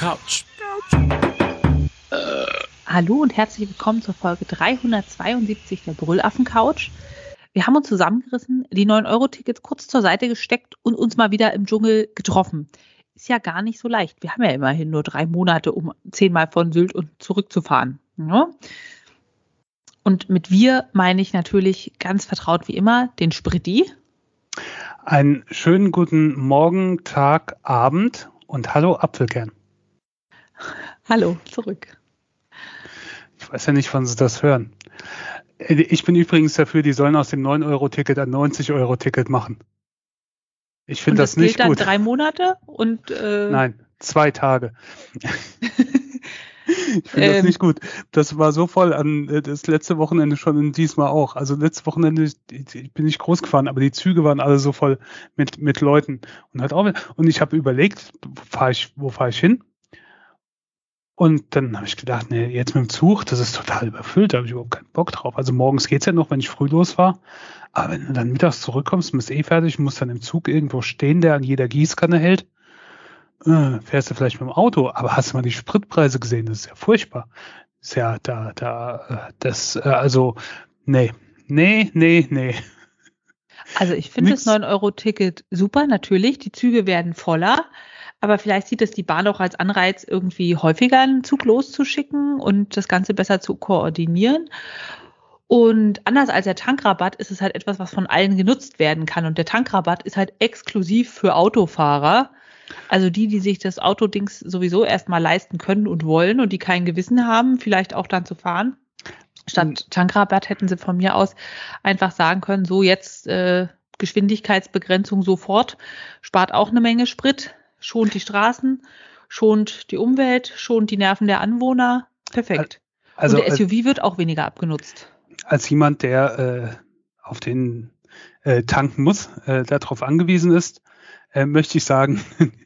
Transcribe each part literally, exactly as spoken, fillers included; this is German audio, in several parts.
Couch. Äh. Hallo und herzlich willkommen zur Folge dreihundertzweiundsiebzig der Brüllaffen-Couch. Wir haben uns zusammengerissen, die neun Euro Tickets kurz zur Seite gesteckt und uns mal wieder im Dschungel getroffen. Ist ja gar nicht so leicht. Wir haben ja immerhin nur drei Monate, um zehnmal von Sylt und zurückzufahren. Ja? Und mit wir meine ich natürlich ganz vertraut wie immer den Spritti. Einen schönen guten Morgen, Tag, Abend und hallo Apfelkern. Hallo, zurück. Ich weiß ja nicht, wann Sie das hören. Ich bin übrigens dafür, die sollen aus dem neun Euro Ticket ein neunzig Euro Ticket machen. Ich finde das, das nicht gut. Und das gilt dann drei Monate? Und, äh Nein, zwei Tage. Ich finde ähm, das nicht gut. Das war so voll an das letzte Wochenende schon und diesmal auch. Also letztes Wochenende bin ich groß gefahren, aber die Züge waren alle so voll mit mit Leuten und halt auch. Und ich habe überlegt, wo fahre ich, wo fahre ich hin? Und dann habe ich gedacht, nee, jetzt mit dem Zug, das ist total überfüllt, da habe ich überhaupt keinen Bock drauf. Also morgens geht's ja noch, wenn ich früh losfahre. Aber wenn du dann mittags zurückkommst, bist eh fertig, musst dann im Zug irgendwo stehen, der an jeder Gießkanne hält. Äh, fährst du vielleicht mit dem Auto, aber hast du mal die Spritpreise gesehen? Das ist ja furchtbar. Das ist ja da, da, das, äh, also, nee, nee, nee, nee. Also ich finde das neun Euro Ticket super, natürlich. Die Züge werden voller. Aber vielleicht sieht es die Bahn auch als Anreiz, irgendwie häufiger einen Zug loszuschicken und das Ganze besser zu koordinieren. Und anders als der Tankrabatt ist es halt etwas, was von allen genutzt werden kann. Und der Tankrabatt ist halt exklusiv für Autofahrer. Also die, die sich das Autodings sowieso erstmal leisten können und wollen und die kein Gewissen haben, vielleicht auch dann zu fahren. Statt Tankrabatt hätten sie von mir aus einfach sagen können, so jetzt äh, Geschwindigkeitsbegrenzung sofort, spart auch eine Menge Sprit. Schont die Straßen, schont die Umwelt, schont die Nerven der Anwohner. Perfekt. Also, und der S U V wird auch weniger abgenutzt. Als jemand, der äh, auf den äh, tanken muss, äh, darauf angewiesen ist, äh, möchte ich sagen,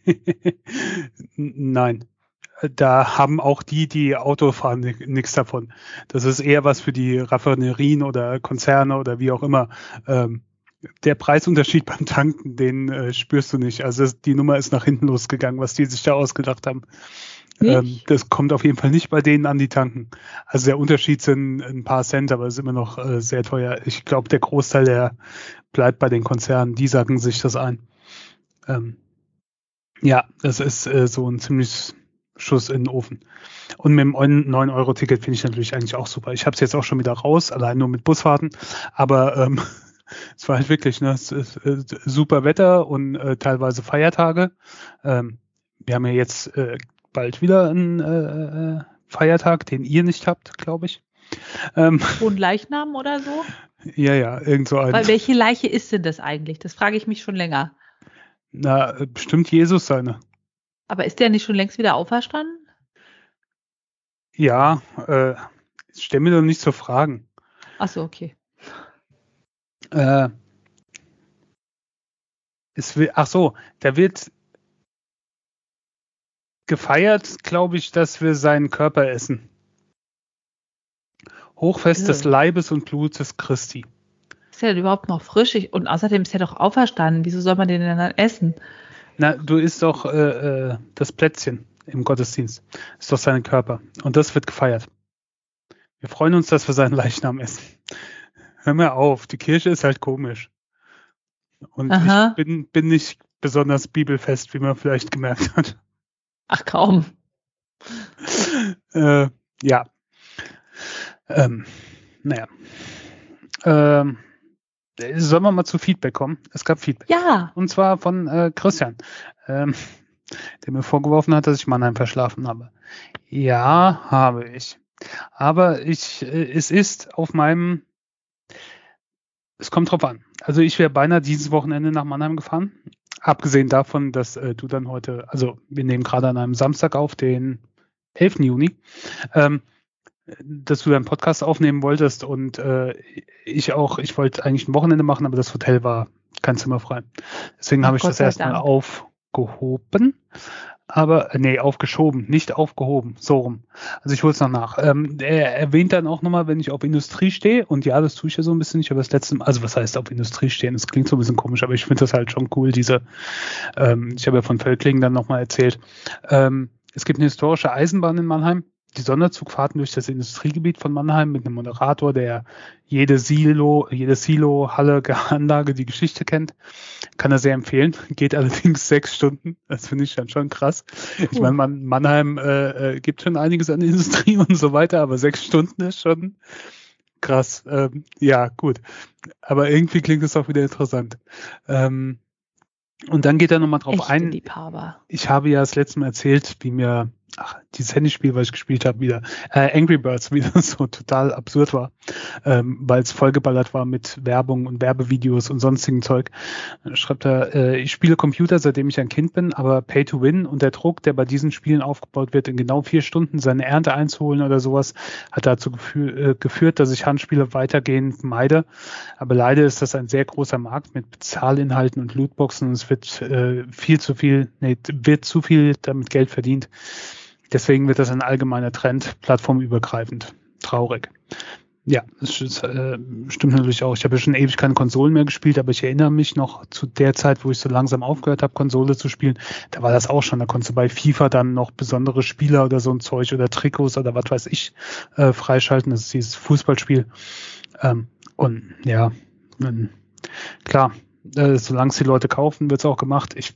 nein. Da haben auch die, die Auto fahren, nichts davon. Das ist eher was für die Raffinerien oder Konzerne oder wie auch immer. Ähm, Der Preisunterschied beim Tanken, den äh, spürst du nicht. Also das, die Nummer ist nach hinten losgegangen, was die sich da ausgedacht haben. Ähm, das kommt auf jeden Fall nicht bei denen an, die tanken. Also der Unterschied sind ein paar Cent, aber es ist immer noch äh, sehr teuer. Ich glaube, der Großteil, der bleibt bei den Konzernen. Die sacken sich das ein. Ähm, ja, das ist äh, so ein ziemlich Schuss in den Ofen. Und mit dem neun Euro Ticket finde ich natürlich eigentlich auch super. Ich habe es jetzt auch schon wieder raus, allein nur mit Busfahrten. Aber ähm, es war halt wirklich, ne, es ist, äh, super Wetter und äh, teilweise Feiertage. Ähm, wir haben ja jetzt äh, bald wieder einen äh, Feiertag, den ihr nicht habt, glaube ich. Ähm, und Leichnam oder so? Ja, ja, irgend so ein. Weil welche Leiche ist denn das eigentlich? Das frage ich mich schon länger. Na, bestimmt Jesus seine. Aber ist der nicht schon längst wieder auferstanden? Ja, äh, stell mir doch nicht so Fragen. Ach so, okay. Äh, es will, ach so, da wird gefeiert, glaube ich, dass wir seinen Körper essen. Hochfest ja. des Leibes und Blutes Christi. Ist der denn überhaupt noch frisch? Ich, und außerdem ist er doch auferstanden. Wieso soll man den denn dann essen? Na, du isst doch äh, äh, das Plätzchen im Gottesdienst. Ist doch sein Körper. Und das wird gefeiert. Wir freuen uns, dass wir seinen Leichnam essen. Hör mir auf, die Kirche ist halt komisch. Und Aha. ich bin, bin nicht besonders bibelfest, wie man vielleicht gemerkt hat. Ach, kaum. äh, ja. Ähm, naja. Ähm, sollen wir mal zu Feedback kommen? Es gab Feedback. Ja. Und zwar von äh, Christian, ähm, der mir vorgeworfen hat, dass ich Mannheim verschlafen habe. Ja, habe ich. Aber ich, äh, es ist auf meinem Es kommt drauf an. Also ich wäre beinahe dieses Wochenende nach Mannheim gefahren. Abgesehen davon, dass äh, du dann heute, also wir nehmen gerade an einem Samstag auf, den elften Juni, ähm, dass du deinen Podcast aufnehmen wolltest und äh, ich auch, ich wollte eigentlich ein Wochenende machen, aber das Hotel war kein Zimmer frei. Deswegen habe ich das erstmal aufgehoben. Aber, nee, aufgeschoben, nicht aufgehoben, so rum. Also ich hole es noch nach. Ähm, er erwähnt dann auch nochmal, wenn ich auf Industrie stehe, und ja, das tue ich ja so ein bisschen, ich habe das letzte Mal, also was heißt auf Industrie stehen, das klingt so ein bisschen komisch, aber ich finde das halt schon cool, diese, ähm, ich habe ja von Völklingen dann nochmal erzählt, ähm, es gibt eine historische Eisenbahn in Mannheim, die Sonderzugfahrten durch das Industriegebiet von Mannheim mit einem Moderator, der jede Silo, jede Silo-Halle, Anlage, die Geschichte kennt. Kann er sehr empfehlen. Geht allerdings sechs Stunden. Das finde ich dann schon krass. Puh. Ich meine, Man, Mannheim äh, äh, gibt schon einiges an Industrie und so weiter, aber sechs Stunden ist schon krass. Ähm, ja, gut. Aber irgendwie klingt es auch wieder interessant. Ähm, und dann geht er nochmal drauf Echte ein. Liebhaber. Ich habe ja das letzte Mal erzählt, wie mir ach, dieses Handyspiel, was ich gespielt habe, wieder äh, Angry Birds, wie das so total absurd war, ähm, weil es vollgeballert war mit Werbung und Werbevideos und sonstigen Zeug. Dann schreibt er, äh, ich spiele Computer, seitdem ich ein Kind bin, aber Pay to Win und der Druck, der bei diesen Spielen aufgebaut wird, in genau vier Stunden seine Ernte einzuholen oder sowas, hat dazu gefü- äh, geführt, dass ich Handspiele weitergehend meide. Aber leider ist das ein sehr großer Markt mit Bezahlinhalten und Lootboxen und es wird äh, viel zu viel, nee, wird zu viel damit Geld verdient. Deswegen wird das ein allgemeiner Trend, plattformübergreifend. Traurig. Ja, das ist, äh, stimmt natürlich auch. Ich habe ja schon ewig keine Konsolen mehr gespielt, aber ich erinnere mich noch zu der Zeit, wo ich so langsam aufgehört habe, Konsole zu spielen. Da war das auch schon. Da konntest du bei FIFA dann noch besondere Spieler oder so ein Zeug oder Trikots oder was weiß ich äh, freischalten. Das ist dieses Fußballspiel. Ähm, und ja, ähm, klar, äh, solange es die Leute kaufen, wird es auch gemacht. Ich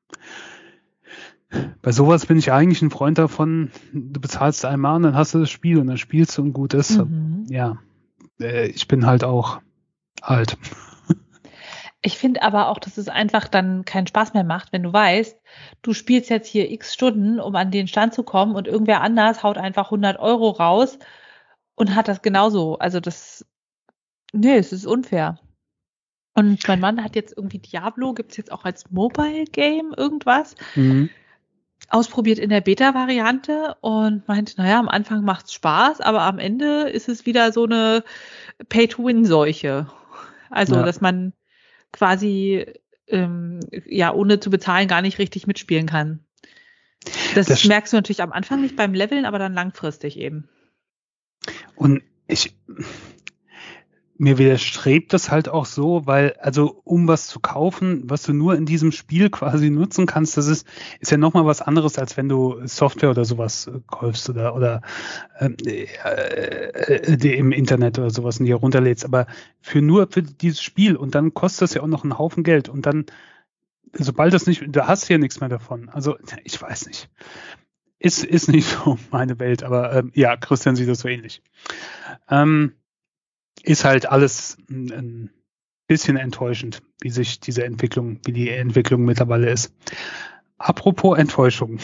Bei sowas bin ich eigentlich ein Freund davon, du bezahlst einmal und dann hast du das Spiel und dann spielst du und gut ist. Mhm. Ja, äh, ich bin halt auch alt. Ich finde aber auch, dass es einfach dann keinen Spaß mehr macht, wenn du weißt, du spielst jetzt hier x Stunden, um an den Stand zu kommen und irgendwer anders haut einfach hundert Euro raus und hat das genauso. Also das, nee, es ist unfair. Und mein Mann hat jetzt irgendwie Diablo, gibt es jetzt auch als Mobile-Game irgendwas. Mhm. Ausprobiert in der Beta-Variante und meint, naja, am Anfang macht's Spaß, aber am Ende ist es wieder so eine Pay-to-Win-Seuche. Also, ja. Dass man quasi ähm, ja ohne zu bezahlen gar nicht richtig mitspielen kann. Das, das merkst du natürlich am Anfang nicht beim Leveln, aber dann langfristig eben. Und ich mir widerstrebt das halt auch so, weil, also um was zu kaufen, was du nur in diesem Spiel quasi nutzen kannst, das ist, ist ja nochmal was anderes, als wenn du Software oder sowas äh, kaufst oder, oder äh, äh, die im Internet oder sowas und dir runterlädst. Aber für nur für dieses Spiel und dann kostet das ja auch noch einen Haufen Geld und dann, sobald das nicht, du hast ja nichts mehr davon. Also, ich weiß nicht. Ist, ist nicht so meine Welt, aber ähm, ja, Christian sieht das so ähnlich. Ähm, ist halt alles ein, ein bisschen enttäuschend, wie sich diese Entwicklung, wie die Entwicklung mittlerweile ist. Apropos Enttäuschung.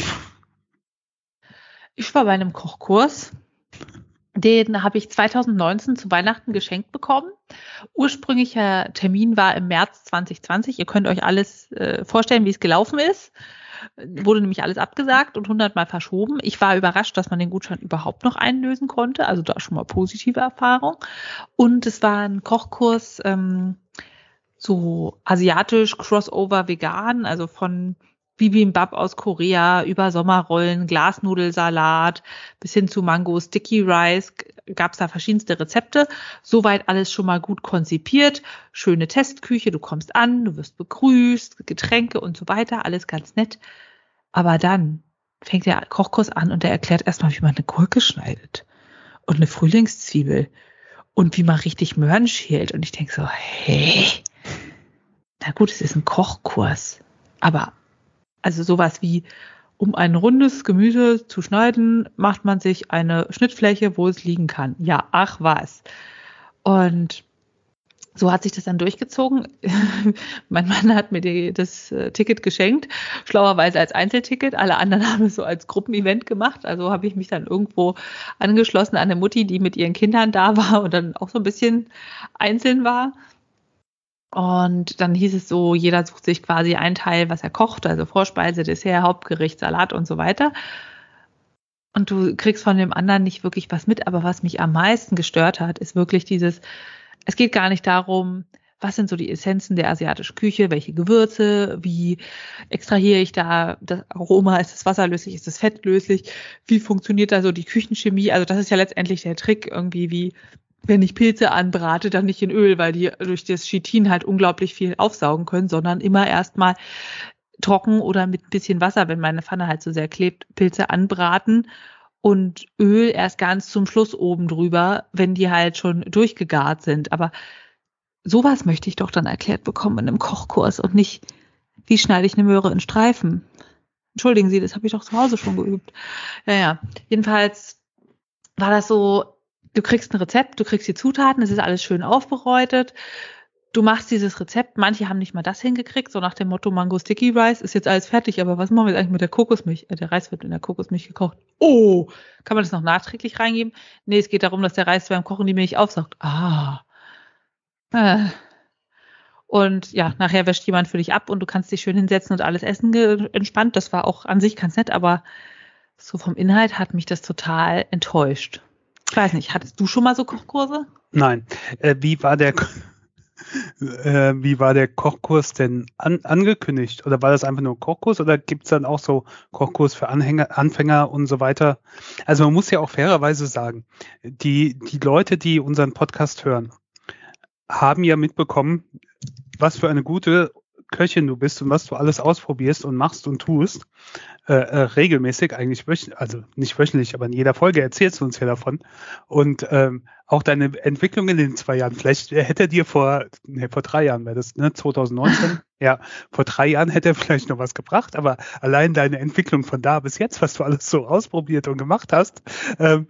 Ich war bei einem Kochkurs. Den habe ich zwanzig neunzehn zu Weihnachten geschenkt bekommen. Ursprünglicher Termin war im März zwanzig zwanzig. Ihr könnt euch alles äh, vorstellen, wie es gelaufen ist. Wurde nämlich alles abgesagt und hundertmal verschoben. Ich war überrascht, dass man den Gutschein überhaupt noch einlösen konnte. Also da schon mal positive Erfahrung. Und es war ein Kochkurs, ähm, so asiatisch, Crossover, vegan, also von Bibimbap aus Korea über Sommerrollen, Glasnudelsalat bis hin zu Mango Sticky Rice gab es da verschiedenste Rezepte. Soweit alles schon mal gut konzipiert. Schöne Testküche, du kommst an, du wirst begrüßt, Getränke und so weiter, alles ganz nett. Aber dann fängt der Kochkurs an und der erklärt erstmal, wie man eine Gurke schneidet und eine Frühlingszwiebel und wie man richtig Möhren schält. Und ich denke so, hey, na gut, es ist ein Kochkurs, aber also sowas wie, um ein rundes Gemüse zu schneiden, macht man sich eine Schnittfläche, wo es liegen kann. Ja, ach was. Und so hat sich das dann durchgezogen. Mein Mann hat mir die, das äh, Ticket geschenkt, schlauerweise als Einzelticket. Alle anderen haben es so als Gruppenevent gemacht. Also habe ich mich dann irgendwo angeschlossen an eine Mutti, die mit ihren Kindern da war und dann auch so ein bisschen einzeln war. Und dann hieß es so, jeder sucht sich quasi einen Teil, was er kocht, also Vorspeise, Dessert, Hauptgericht, Salat und so weiter. Und du kriegst von dem anderen nicht wirklich was mit, aber was mich am meisten gestört hat, ist wirklich dieses, es geht gar nicht darum, was sind so die Essenzen der asiatischen Küche, welche Gewürze, wie extrahiere ich da das Aroma, ist das wasserlöslich, ist das fettlöslich, wie funktioniert da so die Küchenchemie, also das ist ja letztendlich der Trick irgendwie, wie wenn ich Pilze anbrate, dann nicht in Öl, weil die durch das Chitin halt unglaublich viel aufsaugen können, sondern immer erstmal trocken oder mit ein bisschen Wasser, wenn meine Pfanne halt so sehr klebt, Pilze anbraten und Öl erst ganz zum Schluss oben drüber, wenn die halt schon durchgegart sind. Aber sowas möchte ich doch dann erklärt bekommen in einem Kochkurs und nicht, wie schneide ich eine Möhre in Streifen. Entschuldigen Sie, das habe ich doch zu Hause schon geübt. Ja, ja. Jedenfalls war das so, du kriegst ein Rezept, du kriegst die Zutaten, es ist alles schön aufbereitet. Du machst dieses Rezept, manche haben nicht mal das hingekriegt, so nach dem Motto Mango Sticky Rice, ist jetzt alles fertig, aber was machen wir jetzt eigentlich mit der Kokosmilch? Äh, der Reis wird in der Kokosmilch gekocht. Oh, kann man das noch nachträglich reingeben? Nee, es geht darum, dass der Reis beim Kochen die Milch aufsaugt. Ah. Äh. Und ja, nachher wäscht jemand für dich ab und du kannst dich schön hinsetzen und alles essen entspannt. Das war auch an sich ganz nett, aber so vom Inhalt hat mich das total enttäuscht. Ich weiß nicht, hattest du schon mal so Kochkurse? Nein. Äh, wie war der äh, wie war der Kochkurs denn an, angekündigt? Oder war das einfach nur ein Kochkurs oder gibt es dann auch so Kochkurs für Anhänger, Anfänger und so weiter? Also man muss ja auch fairerweise sagen, die, die Leute, die unseren Podcast hören, haben ja mitbekommen, was für eine gute Köchin du bist und was du alles ausprobierst und machst und tust. Äh, äh, regelmäßig, eigentlich wöchentlich, also nicht wöchentlich, aber in jeder Folge erzählst du uns ja davon. Und ähm, auch deine Entwicklung in den zwei Jahren, vielleicht hätte er dir vor, ne, vor drei Jahren wäre das, ne, zwanzig neunzehn, ja, vor drei Jahren hätte er vielleicht noch was gebracht, aber allein deine Entwicklung von da bis jetzt, was du alles so ausprobiert und gemacht hast, ähm,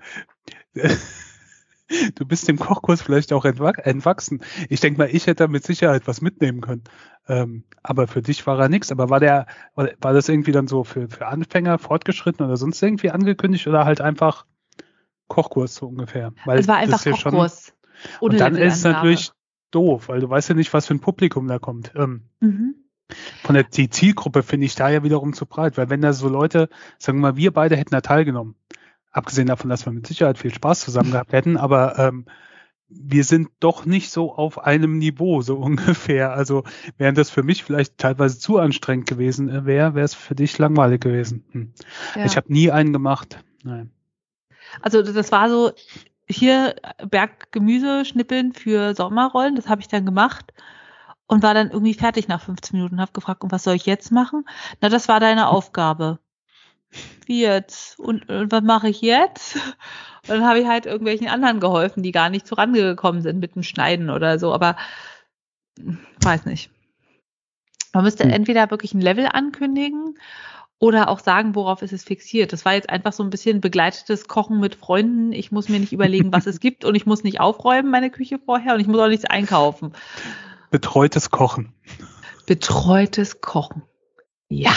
du bist dem Kochkurs vielleicht auch entwachsen. Ich denke mal, ich hätte da mit Sicherheit was mitnehmen können. Ähm, aber für dich war er nichts. Aber war der, war, war das irgendwie dann so für, für Anfänger, fortgeschritten oder sonst irgendwie angekündigt oder halt einfach Kochkurs so ungefähr? Weil es war einfach das ist ja Kochkurs. Schon, und dann ist es natürlich doof, weil du weißt ja nicht, was für ein Publikum da kommt. Ähm, mhm. Von der die Zielgruppe finde ich da ja wiederum zu breit, weil wenn da so Leute, sagen wir mal, wir beide hätten da teilgenommen, abgesehen davon, dass wir mit Sicherheit viel Spaß zusammen gehabt hätten, aber ähm, wir sind doch nicht so auf einem Niveau, so ungefähr. Also während das für mich vielleicht teilweise zu anstrengend gewesen wäre, wäre es für dich langweilig gewesen. Hm. Ja. Ich habe nie einen gemacht. Nein. Also das war so, hier Berggemüse schnippeln für Sommerrollen, das habe ich dann gemacht und war dann irgendwie fertig nach fünfzehn Minuten und habe gefragt, und was soll ich jetzt machen? Na, das war deine Aufgabe. Wie jetzt? Und, und was mache ich jetzt? Und dann habe ich halt irgendwelchen anderen geholfen, die gar nicht zu Rande gekommen sind mit dem Schneiden oder so, aber weiß nicht. Man müsste hm. entweder wirklich ein Level ankündigen oder auch sagen, worauf ist es fixiert. Das war jetzt einfach so ein bisschen begleitetes Kochen mit Freunden. Ich muss mir nicht überlegen, was es gibt und ich muss nicht aufräumen, meine Küche vorher, und ich muss auch nichts einkaufen. Betreutes Kochen. Betreutes Kochen. Ja.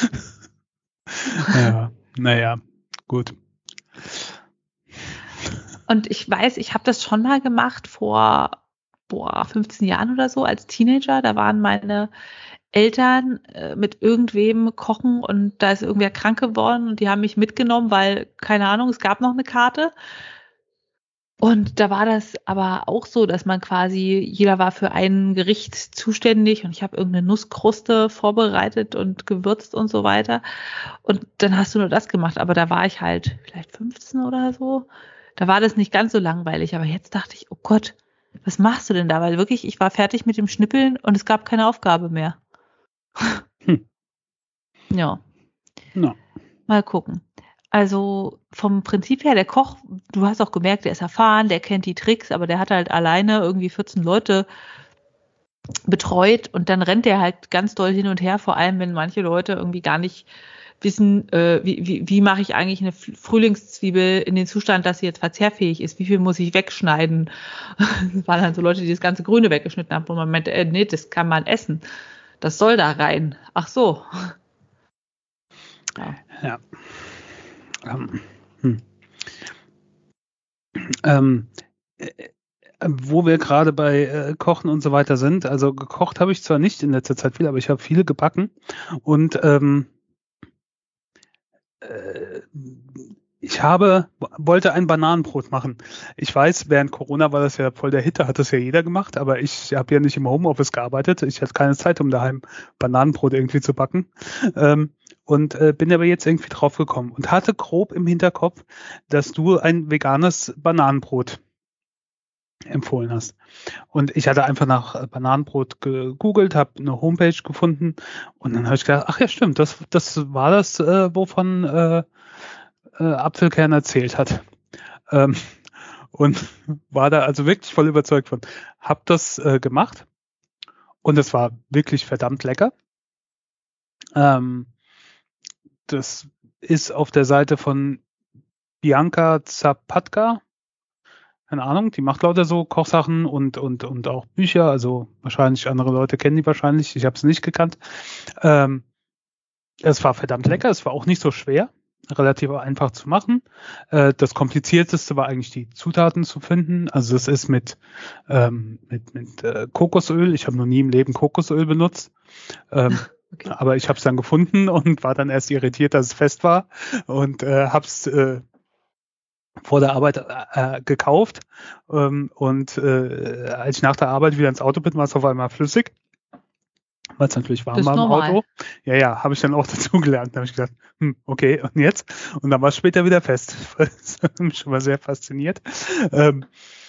Ja, naja, gut. Und ich weiß, ich habe das schon mal gemacht vor boah, fünfzehn Jahren oder so als Teenager. Da waren meine Eltern äh, mit irgendwem kochen und da ist irgendwer krank geworden und die haben mich mitgenommen, weil, keine Ahnung, es gab noch eine Karte. Und da war das aber auch so, dass man quasi, jeder war für ein Gericht zuständig und ich habe irgendeine Nusskruste vorbereitet und gewürzt und so weiter. Und dann hast du nur das gemacht, aber da war ich halt vielleicht fünfzehn oder so. Da war das nicht ganz so langweilig, aber jetzt dachte ich, oh Gott, was machst du denn da? Weil wirklich, ich war fertig mit dem Schnippeln und es gab keine Aufgabe mehr. Hm. Ja. No. Mal gucken. Also vom Prinzip her, der Koch, du hast auch gemerkt, der ist erfahren, der kennt die Tricks, aber der hat halt alleine irgendwie vierzehn Leute betreut und dann rennt der halt ganz doll hin und her, vor allem wenn manche Leute irgendwie gar nicht wissen, äh, wie, wie, wie mache ich eigentlich eine Frühlingszwiebel in den Zustand, dass sie jetzt verzehrfähig ist, wie viel muss ich wegschneiden. Das waren halt so Leute, die das ganze Grüne weggeschnitten haben, wo man meinte, äh, nee, das kann man essen, das soll da rein. Ach so. Ja. Ja. Ähm, hm. ähm, äh, wo wir gerade bei äh, Kochen und so weiter sind, also gekocht habe ich zwar nicht in letzter Zeit viel, aber ich habe viel gebacken und ähm, äh, ich habe, wollte ein Bananenbrot machen. Ich weiß, während Corona war das ja voll der Hit, da hat das ja jeder gemacht, aber ich habe ja nicht im Homeoffice gearbeitet. Ich hatte keine Zeit, um daheim Bananenbrot irgendwie zu backen. Ähm, und äh, bin aber jetzt irgendwie drauf gekommen und hatte grob im Hinterkopf, dass du ein veganes Bananenbrot empfohlen hast. Und ich hatte einfach nach Bananenbrot gegoogelt, habe eine Homepage gefunden und dann habe ich gedacht, ach ja, stimmt, das, das war das, äh, wovon äh, äh, Apfelkern erzählt hat. Ähm, und war da also wirklich voll überzeugt von. Hab das äh, gemacht und es war wirklich verdammt lecker. Ähm, das ist auf der Seite von Bianca Zapatka. Keine Ahnung, die macht lauter so Kochsachen und, und, und auch Bücher, also wahrscheinlich andere Leute kennen die wahrscheinlich, ich habe es nicht gekannt. Ähm, es war verdammt lecker, es war auch nicht so schwer, relativ einfach zu machen. Äh, das Komplizierteste war eigentlich die Zutaten zu finden, also es ist mit, ähm, mit, mit äh, Kokosöl, ich habe noch nie im Leben Kokosöl benutzt, ähm, okay. Aber ich habe es dann gefunden und war dann erst irritiert, dass es fest war und äh, habe es äh, vor der Arbeit äh, gekauft ähm, und äh, als ich nach der Arbeit wieder ins Auto bin, war es auf einmal flüssig, weil es natürlich warm war im Auto. Ja, ja, habe ich dann auch dazu gelernt. Da habe ich gedacht, hm, okay, und jetzt? Und dann war es später wieder fest. Das hat mich schon mal sehr fasziniert. Ähm,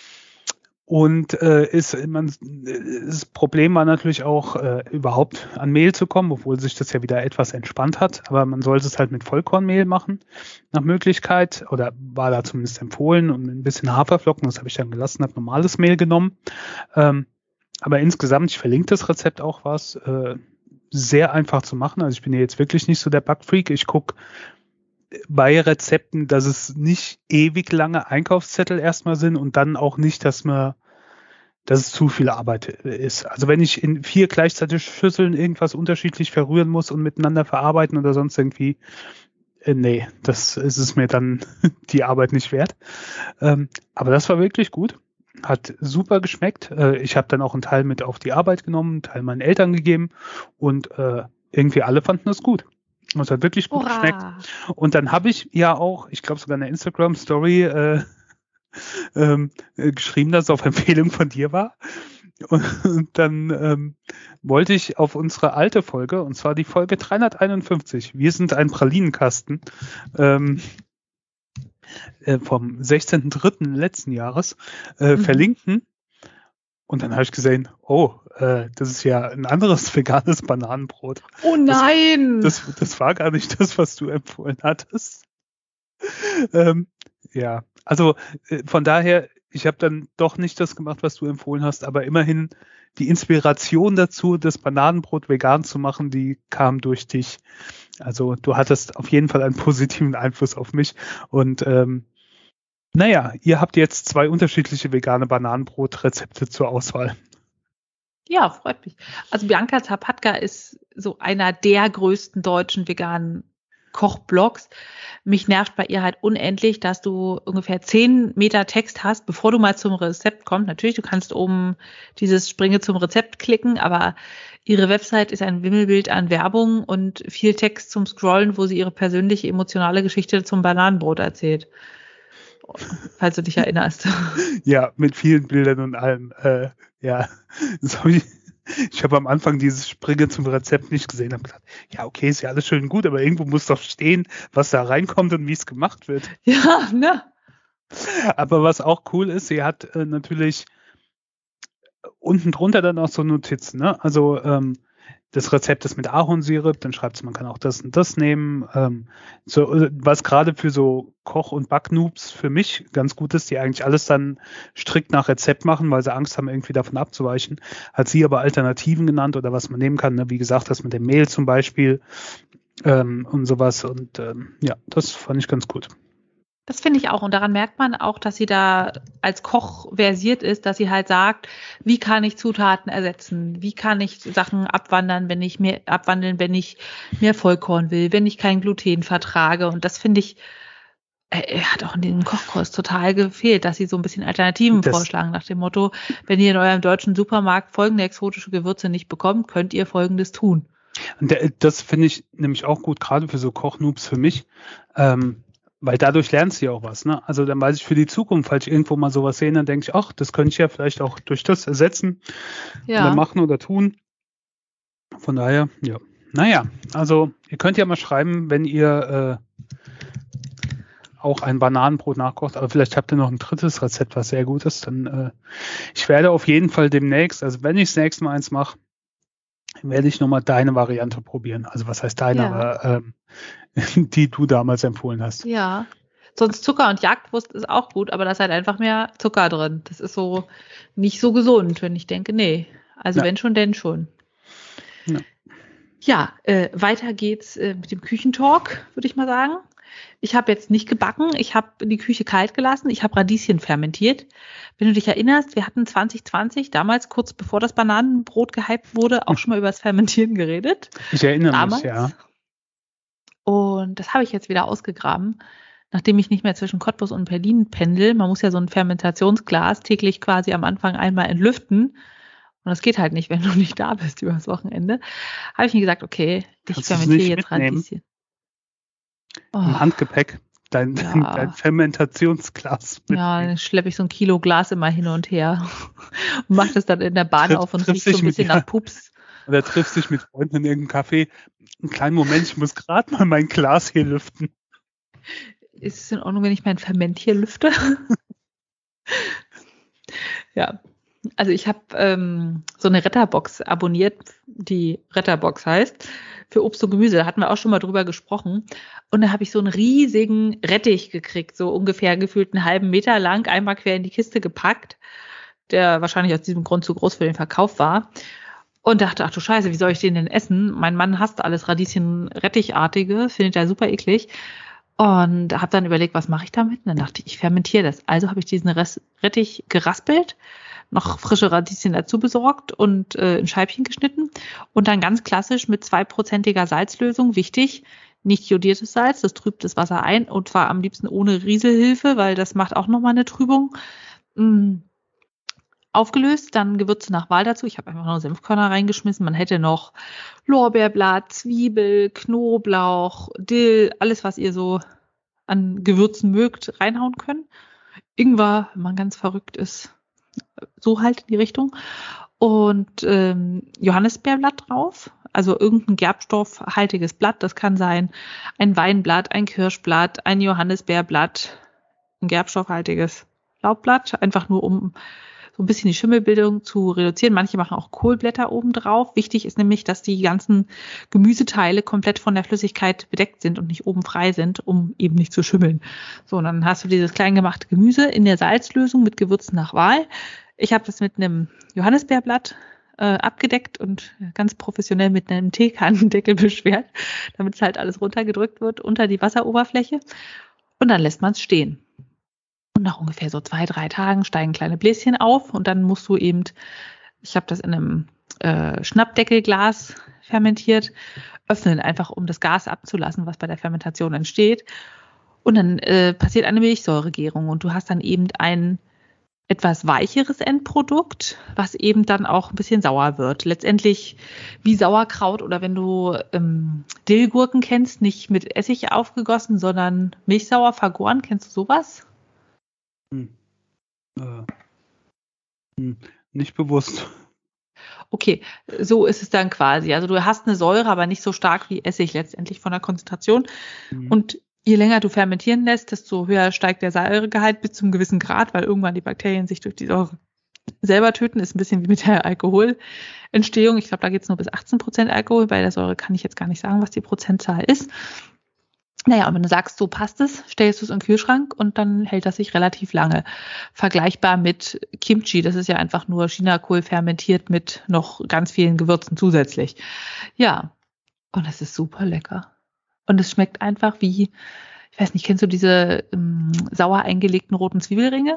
Und äh, ist man, das Problem war natürlich auch, äh, überhaupt an Mehl zu kommen, obwohl sich das ja wieder etwas entspannt hat. Aber man sollte es halt mit Vollkornmehl machen, nach Möglichkeit. Oder war da zumindest empfohlen und ein bisschen Haferflocken. Das habe ich dann gelassen, habe normales Mehl genommen. Ähm, aber insgesamt, ich verlinke das Rezept auch was, äh, sehr einfach zu machen. Also ich bin ja jetzt wirklich nicht so der Backfreak. Ich gucke bei Rezepten, dass es nicht ewig lange Einkaufszettel erstmal sind und dann auch nicht, dass man, dass es zu viel Arbeit ist. Also wenn ich in vier gleichzeitig Schüsseln irgendwas unterschiedlich verrühren muss und miteinander verarbeiten oder sonst irgendwie, äh, nee, das ist es mir dann die Arbeit nicht wert. Ähm, aber das war wirklich gut. Hat super geschmeckt. Äh, ich habe dann auch einen Teil mit auf die Arbeit genommen, einen Teil meinen Eltern gegeben und äh, irgendwie alle fanden es gut. Es hat wirklich gut Hurra. geschmeckt. Und dann habe ich ja auch, ich glaube sogar in der Instagram-Story äh, ähm, äh, geschrieben, dass es auf Empfehlung von dir war. Und, und dann ähm, wollte ich auf unsere alte Folge, und zwar die Folge dreihunderteinundfünfzig, wir sind ein Pralinenkasten, ähm, äh, vom sechzehnten dritten letzten Jahres, äh, mhm. verlinken. Und dann habe ich gesehen, oh, äh, das ist ja ein anderes veganes Bananenbrot. Oh nein! Das, das, das war gar nicht das, was du empfohlen hattest. ähm, ja, also äh, von daher, ich habe dann doch nicht das gemacht, was du empfohlen hast, aber immerhin die Inspiration dazu, das Bananenbrot vegan zu machen, die kam durch dich. Also du hattest auf jeden Fall einen positiven Einfluss auf mich und ähm, naja, ihr habt jetzt zwei unterschiedliche vegane Bananenbrotrezepte zur Auswahl. Ja, freut mich. Also Bianca Zapatka ist so einer der größten deutschen veganen Kochblogs. Mich nervt bei ihr halt unendlich, dass du ungefähr zehn Meter Text hast, bevor du mal zum Rezept kommst. Natürlich, du kannst oben dieses Springe zum Rezept klicken, aber ihre Website ist ein Wimmelbild an Werbung und viel Text zum Scrollen, wo sie ihre persönliche, emotionale Geschichte zum Bananenbrot erzählt. Falls du dich erinnerst. Ja, mit vielen Bildern und allem. Äh, ja, das hab ich, ich habe am Anfang dieses Springen zum Rezept nicht gesehen. Habe gedacht, ja, okay, ist ja alles schön gut, aber irgendwo muss doch stehen, was da reinkommt und wie es gemacht wird. Ja, ne? Aber was auch cool ist, sie hat äh, natürlich unten drunter dann auch so Notizen, ne? Also ähm, das Rezept ist mit Ahornsirup, dann schreibt sie, man kann auch das und das nehmen. Ähm, so, was gerade für so Koch- und Backnoobs für mich ganz gut ist, die eigentlich alles dann strikt nach Rezept machen, weil sie Angst haben, irgendwie davon abzuweichen. Hat sie aber Alternativen genannt oder was man nehmen kann. Ne? Wie gesagt, das mit dem Mehl zum Beispiel ähm, und sowas. Und ähm, ja, das fand ich ganz gut. Das finde ich auch. Und daran merkt man auch, dass sie da als Koch versiert ist, dass sie halt sagt, wie kann ich Zutaten ersetzen? Wie kann ich Sachen abwandern, wenn ich mehr abwandeln, wenn ich mehr Vollkorn will, wenn ich kein Gluten vertrage? Und das finde ich, äh, hat auch in dem Kochkurs total gefehlt, dass sie so ein bisschen Alternativen das vorschlagen nach dem Motto, wenn ihr in eurem deutschen Supermarkt folgende exotische Gewürze nicht bekommt, könnt ihr Folgendes tun. Und das finde ich nämlich auch gut, gerade für so Kochnoobs für mich. Ähm, Weil dadurch lernst du ja auch was, ne? Also dann weiß ich für die Zukunft, falls ich irgendwo mal sowas sehe, dann denke ich, ach, das könnte ich ja vielleicht auch durch das ersetzen ja. oder machen oder tun. Von daher, ja. Naja, also ihr könnt ja mal schreiben, wenn ihr äh, auch ein Bananenbrot nachkocht, aber vielleicht habt ihr noch ein drittes Rezept, was sehr gut ist. Dann äh, ich werde auf jeden Fall demnächst, also wenn ich das nächste Mal eins mache, werde ich nochmal deine Variante probieren. Also was heißt deine, Ja. aber ähm, die du damals empfohlen hast. Ja. Sonst Zucker und Jagdwurst ist auch gut, aber da ist halt einfach mehr Zucker drin. Das ist so nicht so gesund, wenn ich denke, nee. Also Ja. wenn schon, denn schon. Ja. Ja, äh, weiter geht's äh, mit dem Küchentalk, würde ich mal sagen. Ich habe jetzt nicht gebacken, ich habe die Küche kalt gelassen, ich habe Radieschen fermentiert. Wenn du dich erinnerst, wir hatten zwanzig zwanzig, damals kurz bevor das Bananenbrot gehypt wurde, auch schon mal über das Fermentieren geredet. Ich erinnere damals. mich, ja. Und das habe ich jetzt wieder ausgegraben, nachdem ich nicht mehr zwischen Cottbus und Berlin pendel. Man muss ja so ein Fermentationsglas täglich quasi am Anfang einmal entlüften. Und das geht halt nicht, wenn du nicht da bist übers Wochenende. Habe ich mir gesagt, okay, ich Kannst du es fermentiere nicht jetzt mitnehmen? Radieschen. Im Oh, Handgepäck, dein, dein, Ja. dein Fermentationsglas ja, mitnehmen. dann schleppe ich so ein Kilo Glas immer hin und her und mache das dann in der Bahn Triff- auf und triffst riecht so dich ein mit- bisschen ja. nach Pups. Oder triffst dich mit Freunden in irgendeinem Café. Einen kleinen Moment, ich muss gerade mal mein Glas hier lüften. Ist es in Ordnung, wenn ich mein Fermentier lüfte? Ja, also ich habe ähm, so eine Retterbox abonniert, die Retterbox heißt, für Obst und Gemüse. Da hatten wir auch schon mal drüber gesprochen. Und da habe ich so einen riesigen Rettich gekriegt, so ungefähr gefühlt einen halben Meter lang, einmal quer in die Kiste gepackt, der wahrscheinlich aus diesem Grund zu groß für den Verkauf war. Und dachte, ach du Scheiße, wie soll ich den denn essen? Mein Mann hasst alles Radieschen-Rettichartige, findet er super eklig. Und habe dann überlegt, was mache ich damit? Und dann dachte ich, ich fermentiere das. Also habe ich diesen Rest, Rettich geraspelt, noch frische Radieschen dazu besorgt und äh, in Scheibchen geschnitten. Und dann ganz klassisch mit zweiprozentiger Salzlösung, wichtig, nicht jodiertes Salz, das trübt das Wasser ein und zwar am liebsten ohne Rieselhilfe, weil das macht auch nochmal eine Trübung. Mm. Aufgelöst, dann Gewürze nach Wahl dazu. Ich habe einfach noch Senfkörner reingeschmissen. Man hätte noch Lorbeerblatt, Zwiebel, Knoblauch, Dill, alles, was ihr so an Gewürzen mögt, reinhauen können. Ingwer, wenn man ganz verrückt ist, so halt in die Richtung. Und ähm, Johannisbeerblatt drauf, also irgendein gerbstoffhaltiges Blatt. Das kann sein ein Weinblatt, ein Kirschblatt, ein Johannisbeerblatt, ein gerbstoffhaltiges Laubblatt, einfach nur um so ein bisschen die Schimmelbildung zu reduzieren. Manche machen auch Kohlblätter oben drauf. Wichtig ist nämlich, dass die ganzen Gemüseteile komplett von der Flüssigkeit bedeckt sind und nicht oben frei sind, um eben nicht zu schimmeln. So, und dann hast du dieses klein gemachte Gemüse in der Salzlösung mit Gewürzen nach Wahl. Ich habe das mit einem Johannisbeerblatt äh, abgedeckt und ganz professionell mit einem Teekannendeckel beschwert, damit es halt alles runtergedrückt wird unter die Wasseroberfläche. Und dann lässt man es stehen. Und nach ungefähr so zwei, drei Tagen steigen kleine Bläschen auf und dann musst du eben, ich habe das in einem äh, Schnappdeckelglas fermentiert, öffnen, einfach um das Gas abzulassen, was bei der Fermentation entsteht. Und dann äh, passiert eine Milchsäuregärung und du hast dann eben ein etwas weicheres Endprodukt, was eben dann auch ein bisschen sauer wird. Letztendlich wie Sauerkraut oder wenn du ähm, Dillgurken kennst, nicht mit Essig aufgegossen, sondern milchsauer vergoren. Kennst du sowas? Hm. Äh. Hm. Nicht bewusst. Okay, so ist es dann quasi. Also du hast eine Säure, aber nicht so stark wie Essig letztendlich von der Konzentration. Hm. Und je länger du fermentieren lässt, desto höher steigt der Säuregehalt bis zum gewissen Grad, weil irgendwann die Bakterien sich durch die Säure selber töten. Ist ein bisschen wie mit der Alkoholentstehung. Ich glaube, da geht es nur bis achtzehn Prozent Alkohol. Bei der Säure kann ich jetzt gar nicht sagen, was die Prozentzahl ist. Naja, und wenn du sagst, so passt es, stellst du es in den Kühlschrank und dann hält das sich relativ lange. Vergleichbar mit Kimchi, das ist ja einfach nur Chinakohl fermentiert mit noch ganz vielen Gewürzen zusätzlich. Ja, und es ist super lecker. Und es schmeckt einfach wie, ich weiß nicht, kennst du diese ähm, sauer eingelegten roten Zwiebelringe?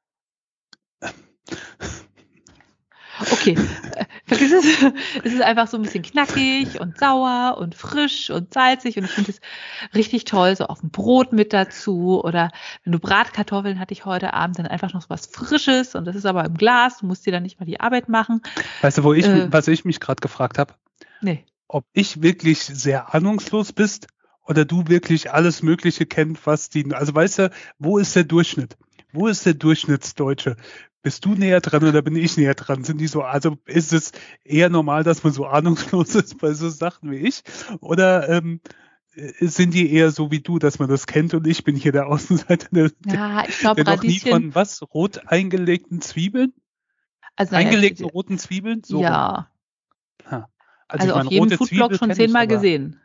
Okay, äh, vergiss es. Es ist einfach so ein bisschen knackig und sauer und frisch und salzig und ich finde es richtig toll, so auf dem Brot mit dazu oder wenn du Bratkartoffeln hatte ich heute Abend, dann einfach noch so was Frisches und das ist aber im Glas, du musst dir dann nicht mal die Arbeit machen. Weißt du, wo ich, Äh, was ich mich gerade gefragt habe? Nee. Ob ich wirklich sehr ahnungslos bist oder du wirklich alles Mögliche kennst, was die, also weißt du, wo ist der Durchschnitt? Wo ist der Durchschnittsdeutsche? Bist du näher dran oder bin ich näher dran? Sind die so, also ist es eher normal, dass man so ahnungslos ist bei so Sachen wie ich? Oder ähm, sind die eher so wie du, dass man das kennt und ich bin hier der Außenseiter, der, ja, ich glaube, der noch nie von was? Rot eingelegten Zwiebeln? Also, eingelegten ja, roten Zwiebeln? So ja. Also, also ich auf meine, jedem Foodblog schon zehnmal ich, aber... gesehen.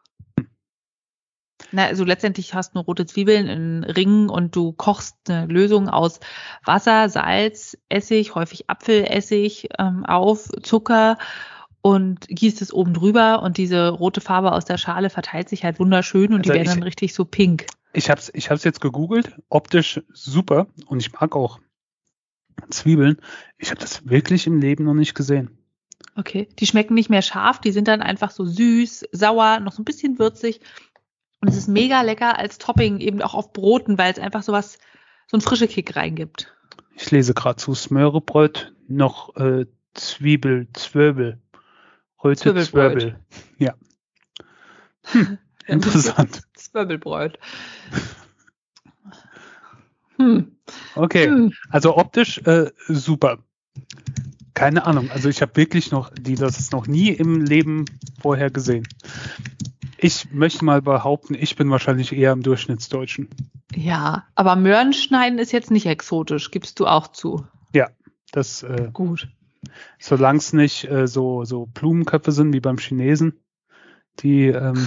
Na, also letztendlich hast du rote Zwiebeln in Ringen und du kochst eine Lösung aus Wasser, Salz, Essig, häufig Apfelessig ähm, auf, Zucker und gießt es oben drüber und diese rote Farbe aus der Schale verteilt sich halt wunderschön und also die werden ich, dann richtig so pink. Ich habe es ich hab's jetzt gegoogelt, optisch super und ich mag auch Zwiebeln. Ich habe das wirklich im Leben noch nicht gesehen. Okay, die schmecken nicht mehr scharf, die sind dann einfach so süß, sauer, noch so ein bisschen würzig. Und es ist mega lecker als Topping eben auch auf Broten, weil es einfach sowas, so einen frischen Kick reingibt. Ich lese gerade zu Smörebröt noch äh, Zwiebel, Zwöbel. Röte Zwöbel. Ja. Hm, interessant. Zwöbelbrot. Hm. Okay, hm. Also optisch äh, super. Keine Ahnung, also ich habe wirklich noch die, das ist noch nie im Leben vorher gesehen. Ich möchte mal behaupten, ich bin wahrscheinlich eher im Durchschnittsdeutschen. Ja, aber Möhren schneiden ist jetzt nicht exotisch, gibst du auch zu. Ja, das äh, gut. Solange es nicht äh, so, so Blumenköpfe sind wie beim Chinesen, die ähm,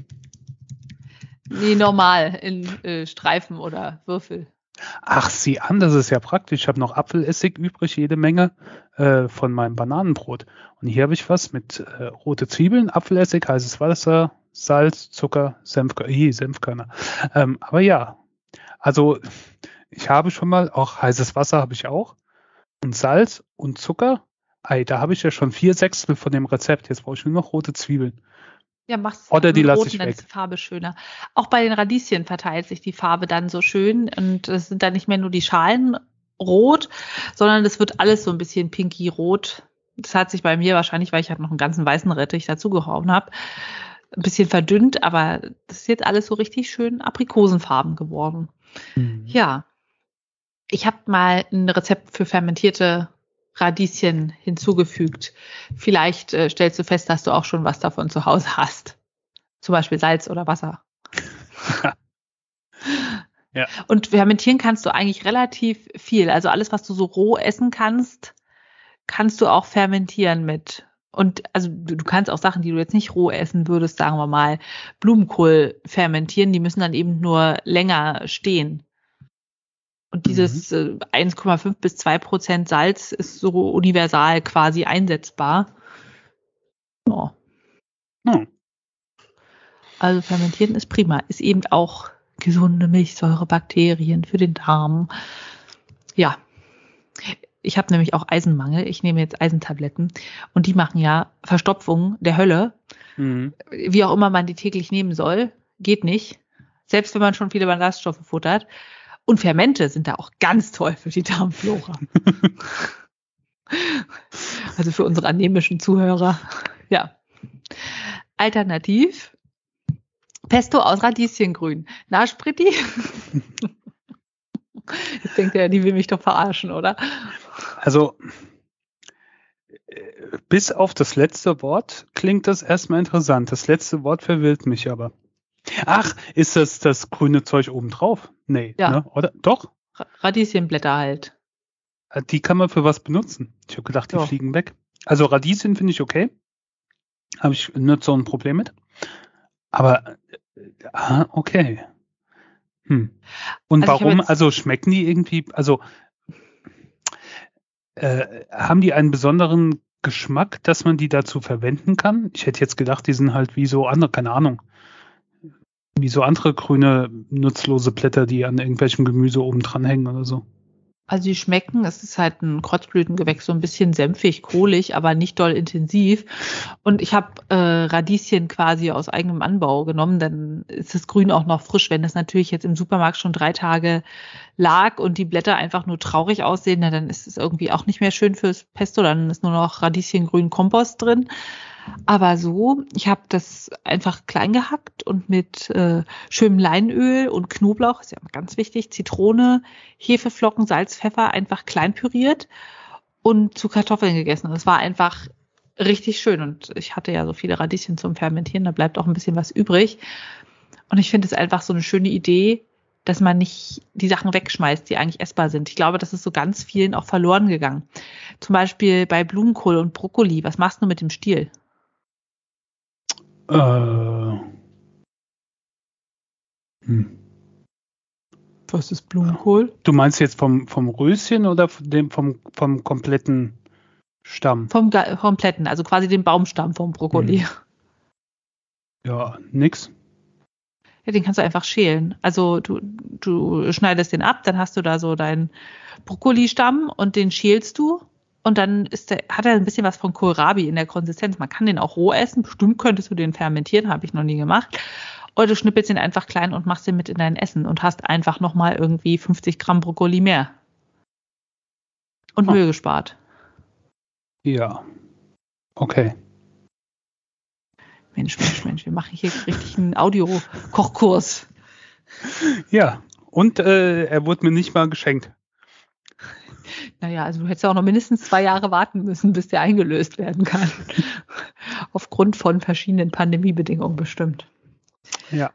nee, normal in äh, Streifen oder Würfel. Ach, sieh an, das ist ja praktisch. Ich habe noch Apfelessig übrig, jede Menge äh, von meinem Bananenbrot. Und hier habe ich was mit äh, rote Zwiebeln, Apfelessig, heißes Wasser, Salz, Zucker, Senfkörner. Ih, Senfkörner. Ähm, aber ja, also ich habe schon mal, auch heißes Wasser habe ich auch. Und Salz und Zucker. Ei, da habe ich ja schon vier Sechstel von dem Rezept. Jetzt brauche ich nur noch rote Zwiebeln. Ja, mach's Oder die lasse ich weg. Dann ist die Farbe schöner. Auch bei den Radieschen verteilt sich die Farbe dann so schön und es sind dann nicht mehr nur die Schalen rot, sondern es wird alles so ein bisschen pinky rot. Das hat sich bei mir wahrscheinlich, weil ich halt noch einen ganzen weißen Rettich dazugehauen habe, ein bisschen verdünnt, aber das ist jetzt alles so richtig schön aprikosenfarben geworden. Mhm. Ja, ich habe mal ein Rezept für fermentierte Radieschen hinzugefügt. Vielleicht äh, stellst du fest, dass du auch schon was davon zu Hause hast. Zum Beispiel Salz oder Wasser. Ja. Und fermentieren kannst du eigentlich relativ viel. Also alles, was du so roh essen kannst, kannst du auch fermentieren mit. Und also du, du kannst auch Sachen, die du jetzt nicht roh essen würdest, sagen wir mal, Blumenkohl fermentieren, die müssen dann eben nur länger stehen. Und dieses mhm. äh, eins Komma fünf bis zwei Prozent Salz ist so universal quasi einsetzbar. Oh. Hm. Also fermentieren ist prima. Ist eben auch gesunde Milchsäurebakterien für den Darm. Ja. Ich habe nämlich auch Eisenmangel. Ich nehme jetzt Eisentabletten. Und die machen ja Verstopfung der Hölle. Mhm. Wie auch immer man die täglich nehmen soll. Geht nicht. Selbst wenn man schon viele Ballaststoffe futtert. Und Fermente sind da auch ganz toll für die Darmflora. Also für unsere anemischen Zuhörer. Ja. Alternativ Pesto aus Radieschengrün. Na, Spritti? Jetzt denkt er, die will mich doch verarschen, oder? Also, bis auf das letzte Wort klingt das erstmal interessant. Das letzte Wort verwirrt mich aber. Ach, ist das das grüne Zeug obendrauf? Nee, ja. Ne? Oder? Doch? Radieschenblätter halt. Die kann man für was benutzen. Ich habe gedacht, die Doch. fliegen weg. Also Radieschen finde ich okay. Habe ich nicht so ein Problem mit. Aber, ah, okay. Hm. Und also warum, also schmecken die irgendwie, also äh, haben die einen besonderen Geschmack, dass man die dazu verwenden kann? Ich hätte jetzt gedacht, die sind halt wie so andere, keine Ahnung, wie so andere grüne, nutzlose Blätter, die an irgendwelchem Gemüse oben dran hängen oder so. Also die schmecken, es ist halt ein Kreuzblütengewächs, so ein bisschen senfig, kohlig, aber nicht doll intensiv. Und ich habe äh, Radieschen quasi aus eigenem Anbau genommen, dann ist das Grün auch noch frisch. Wenn es natürlich jetzt im Supermarkt schon drei Tage lag und die Blätter einfach nur traurig aussehen, na, dann ist es irgendwie auch nicht mehr schön fürs Pesto, dann ist nur noch Radieschengrün Kompost drin. Aber so, ich habe das einfach klein gehackt und mit äh, schönem Leinöl und Knoblauch, ist ja ganz wichtig, Zitrone, Hefeflocken, Salz, Pfeffer einfach klein püriert und zu Kartoffeln gegessen. Und es war einfach richtig schön. Und ich hatte ja so viele Radieschen zum Fermentieren, da bleibt auch ein bisschen was übrig. Und ich finde es einfach so eine schöne Idee, dass man nicht die Sachen wegschmeißt, die eigentlich essbar sind. Ich glaube, das ist so ganz vielen auch verloren gegangen. Zum Beispiel bei Blumenkohl und Brokkoli. Was machst du mit dem Stiel? Äh. Hm. Was ist Blumenkohl? Du meinst jetzt vom, vom Röschen oder vom, dem, vom, vom kompletten Stamm? Vom Ga- kompletten, also quasi den Baumstamm vom Brokkoli. Hm. Ja, nix. Ja, den kannst du einfach schälen. Also du, du schneidest den ab, dann hast du da so deinen Brokkolistamm und den schälst du. Und dann ist der, hat er ein bisschen was von Kohlrabi in der Konsistenz. Man kann den auch roh essen. Bestimmt könntest du den fermentieren, habe ich noch nie gemacht. Oder du schnippelst den einfach klein und machst den mit in dein Essen und hast einfach nochmal irgendwie fünfzig Gramm Brokkoli mehr. Und Oh. Müll gespart. Ja. Okay. Mensch, Mensch, Mensch, wir machen hier richtig einen Audio-Kochkurs. Ja, und äh, er wurde mir nicht mal geschenkt. Naja, also du hättest ja auch noch mindestens zwei Jahre warten müssen, bis der eingelöst werden kann. Aufgrund von verschiedenen Pandemiebedingungen bestimmt. Ja.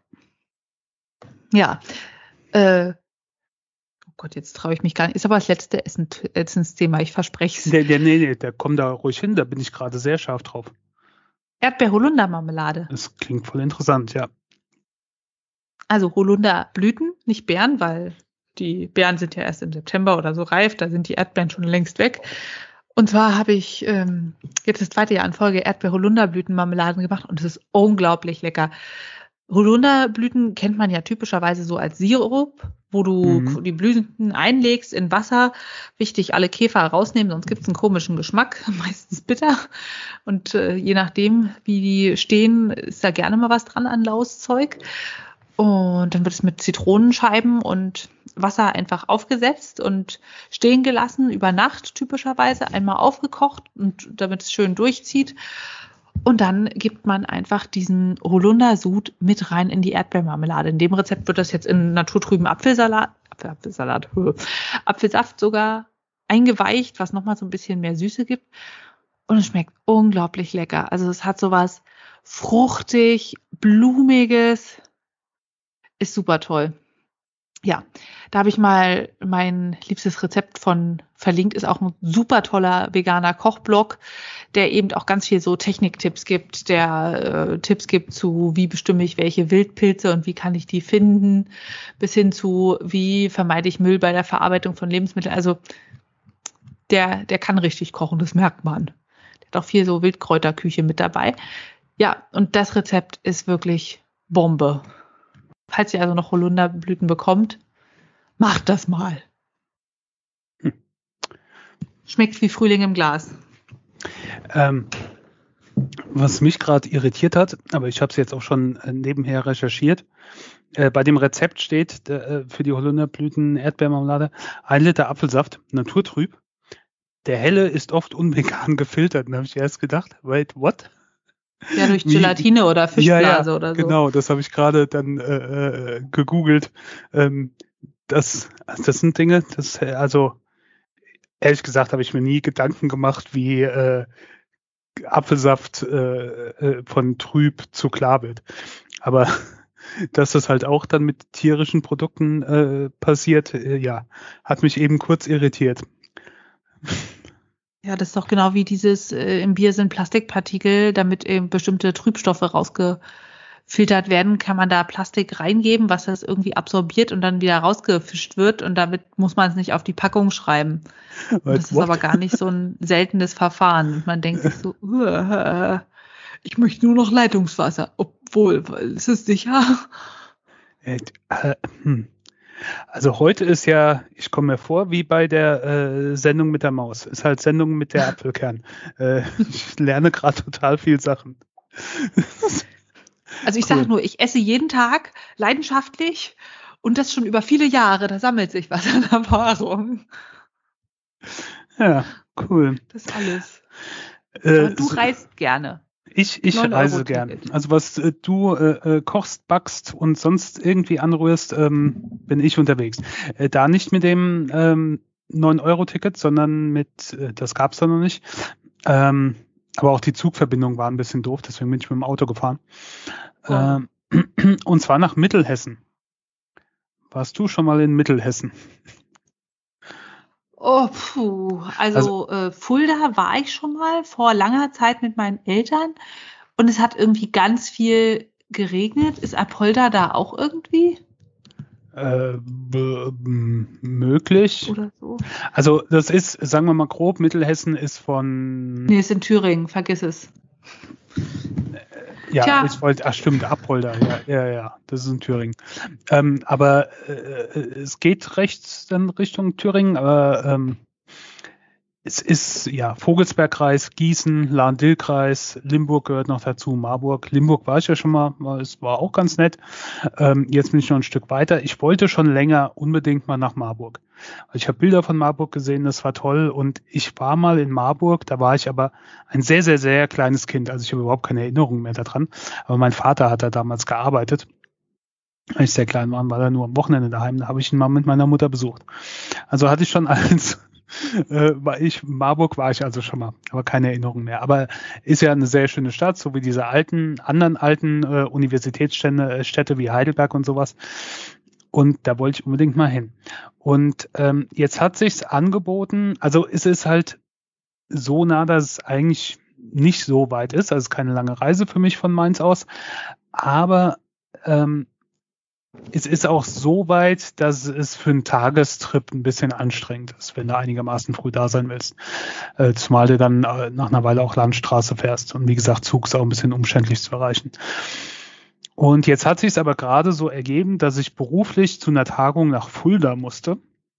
Ja. Äh, oh Gott, jetzt traue ich mich gar nicht. Ist aber das letzte Essen, Essensthema, ich verspreche es. Der, der, nee, nee, der kommt da ruhig hin, da bin ich gerade sehr scharf drauf. Erdbeer-Holunder-Marmelade. Das klingt voll interessant, ja. Also Holunderblüten, nicht Beeren, weil die Beeren sind ja erst im September oder so reif, da sind die Erdbeeren schon längst weg. Und zwar habe ich ähm, jetzt das zweite Jahr in Folge Erdbeer-Holunderblütenmarmeladen gemacht und es ist unglaublich lecker. Holunderblüten kennt man ja typischerweise so als Sirup, wo du Mhm. die Blüten einlegst in Wasser. Wichtig, alle Käfer rausnehmen, sonst gibt es einen komischen Geschmack, meistens bitter. Und äh, je nachdem, wie die stehen, ist da gerne mal was dran an Lauszeug. Und dann wird es mit Zitronenscheiben und Wasser einfach aufgesetzt und stehen gelassen, über Nacht typischerweise, einmal aufgekocht, und damit es schön durchzieht. Und dann gibt man einfach diesen Holundersud mit rein in die Erdbeermarmelade. In dem Rezept wird das jetzt in naturtrüben Apfelsalat, Apfel, Apfelsalat, Apfelsaft sogar eingeweicht, was nochmal so ein bisschen mehr Süße gibt. Und es schmeckt unglaublich lecker. Also es hat sowas fruchtig, blumiges, ist super toll. Ja, da habe ich mal mein liebstes Rezept von verlinkt. Ist auch ein super toller veganer Kochblog, der eben auch ganz viel so Techniktipps gibt, der äh, Tipps gibt zu, wie bestimme ich welche Wildpilze und wie kann ich die finden, bis hin zu, wie vermeide ich Müll bei der Verarbeitung von Lebensmitteln. Also der, der kann richtig kochen, das merkt man. Der hat auch viel so Wildkräuterküche mit dabei. Ja, und das Rezept ist wirklich Bombe. Falls ihr also noch Holunderblüten bekommt, macht das mal. Hm. Schmeckt wie Frühling im Glas. Ähm, was mich gerade irritiert hat, aber ich habe es jetzt auch schon äh, nebenher recherchiert, äh, bei dem Rezept steht äh, für die Holunderblüten Erdbeermarmelade ein Liter Apfelsaft, naturtrüb. Der helle ist oft unvegan gefiltert. Da habe ich erst gedacht, wait, what? Ja, durch Wie- Gelatine oder Fischblase ja, ja, oder so. Genau, das habe ich gerade dann äh, äh, gegoogelt. Ähm, das, das sind Dinge, das, äh, also ehrlich gesagt habe ich mir nie Gedanken gemacht, wie äh, Apfelsaft äh, äh, von trüb zu klar wird. Aber dass das halt auch dann mit tierischen Produkten äh, passiert, äh, ja, hat mich eben kurz irritiert. Ja, das ist doch genau wie dieses, äh, im Bier sind Plastikpartikel, damit eben bestimmte Trübstoffe rausgefiltert werden, kann man da Plastik reingeben, was das irgendwie absorbiert und dann wieder rausgefischt wird, und damit muss man es nicht auf die Packung schreiben. Und Like, das ist what? aber gar nicht so ein seltenes Verfahren. Und man denkt sich so, uh, ich möchte nur noch Leitungswasser, obwohl, ist es sicher? Äh, äh, hm. Also heute ist ja, ich komme mir vor, wie bei der äh, Sendung mit der Maus. Ist halt Sendung mit der Apfelkern. äh, ich lerne gerade total viel Sachen. Also ich Cool. sage nur, ich esse jeden Tag leidenschaftlich und das schon über viele Jahre. Da sammelt sich was an Erfahrung. Ja, cool. Das ist alles. Äh, Aber du so- reist gerne. Ich, ich neun reise Euro gern. Ticket. Also was äh, du äh, äh, kochst, backst und sonst irgendwie anrührst, ähm, bin ich unterwegs. Äh, da nicht mit dem ähm, neun Euro Ticket, sondern mit, äh, das gab's da noch nicht, ähm, aber auch die Zugverbindung war ein bisschen doof, deswegen bin ich mit dem Auto gefahren. Oh. Ähm, und zwar nach Mittelhessen. Warst du schon mal in Mittelhessen? Oh, puh. Also, also äh, Fulda war ich schon mal vor langer Zeit mit meinen Eltern und es hat irgendwie ganz viel geregnet. Ist Apolda da auch irgendwie? Äh, b- m- möglich. Oder so? Also das ist, sagen wir mal grob, Mittelhessen ist von... Nee, ist in Thüringen, vergiss es. Ja, Tja. ich wollte, ach stimmt, Apolda, ja, ja, ja, das ist in Thüringen. Ähm, aber äh, es geht rechts dann Richtung Thüringen, aber ähm, es ist ja Vogelsbergkreis, Gießen, Lahn-Dill-Kreis, Limburg gehört noch dazu, Marburg. Limburg war ich ja schon mal, war- es war auch ganz nett. Ähm, jetzt bin ich noch ein Stück weiter. Ich wollte schon länger unbedingt mal nach Marburg. Ich habe Bilder von Marburg gesehen, das war toll. Und ich war mal in Marburg, da war ich aber ein sehr, sehr, sehr kleines Kind. Also ich habe überhaupt keine Erinnerung mehr daran. Aber mein Vater hat da damals gearbeitet. Als ich sehr klein war, war er nur am Wochenende daheim. Da habe ich ihn mal mit meiner Mutter besucht. Also hatte ich schon als äh, war ich, Marburg war ich also schon mal, aber keine Erinnerung mehr. Aber ist ja eine sehr schöne Stadt, so wie diese alten, anderen alten äh, Universitätsstädte äh, Städte wie Heidelberg und sowas. Und da wollte ich unbedingt mal hin. Und ähm, jetzt hat sich's angeboten, also es ist halt so nah, dass es eigentlich nicht so weit ist. Also es ist keine lange Reise für mich von Mainz aus. Aber ähm, es ist auch so weit, dass es für einen Tagestrip ein bisschen anstrengend ist, wenn du einigermaßen früh da sein willst. Äh, zumal du dann äh, nach einer Weile auch Landstraße fährst. Und wie gesagt, Zug ist auch ein bisschen umständlich zu erreichen. Und jetzt hat sich es aber gerade so ergeben, dass ich beruflich zu einer Tagung nach Fulda musste.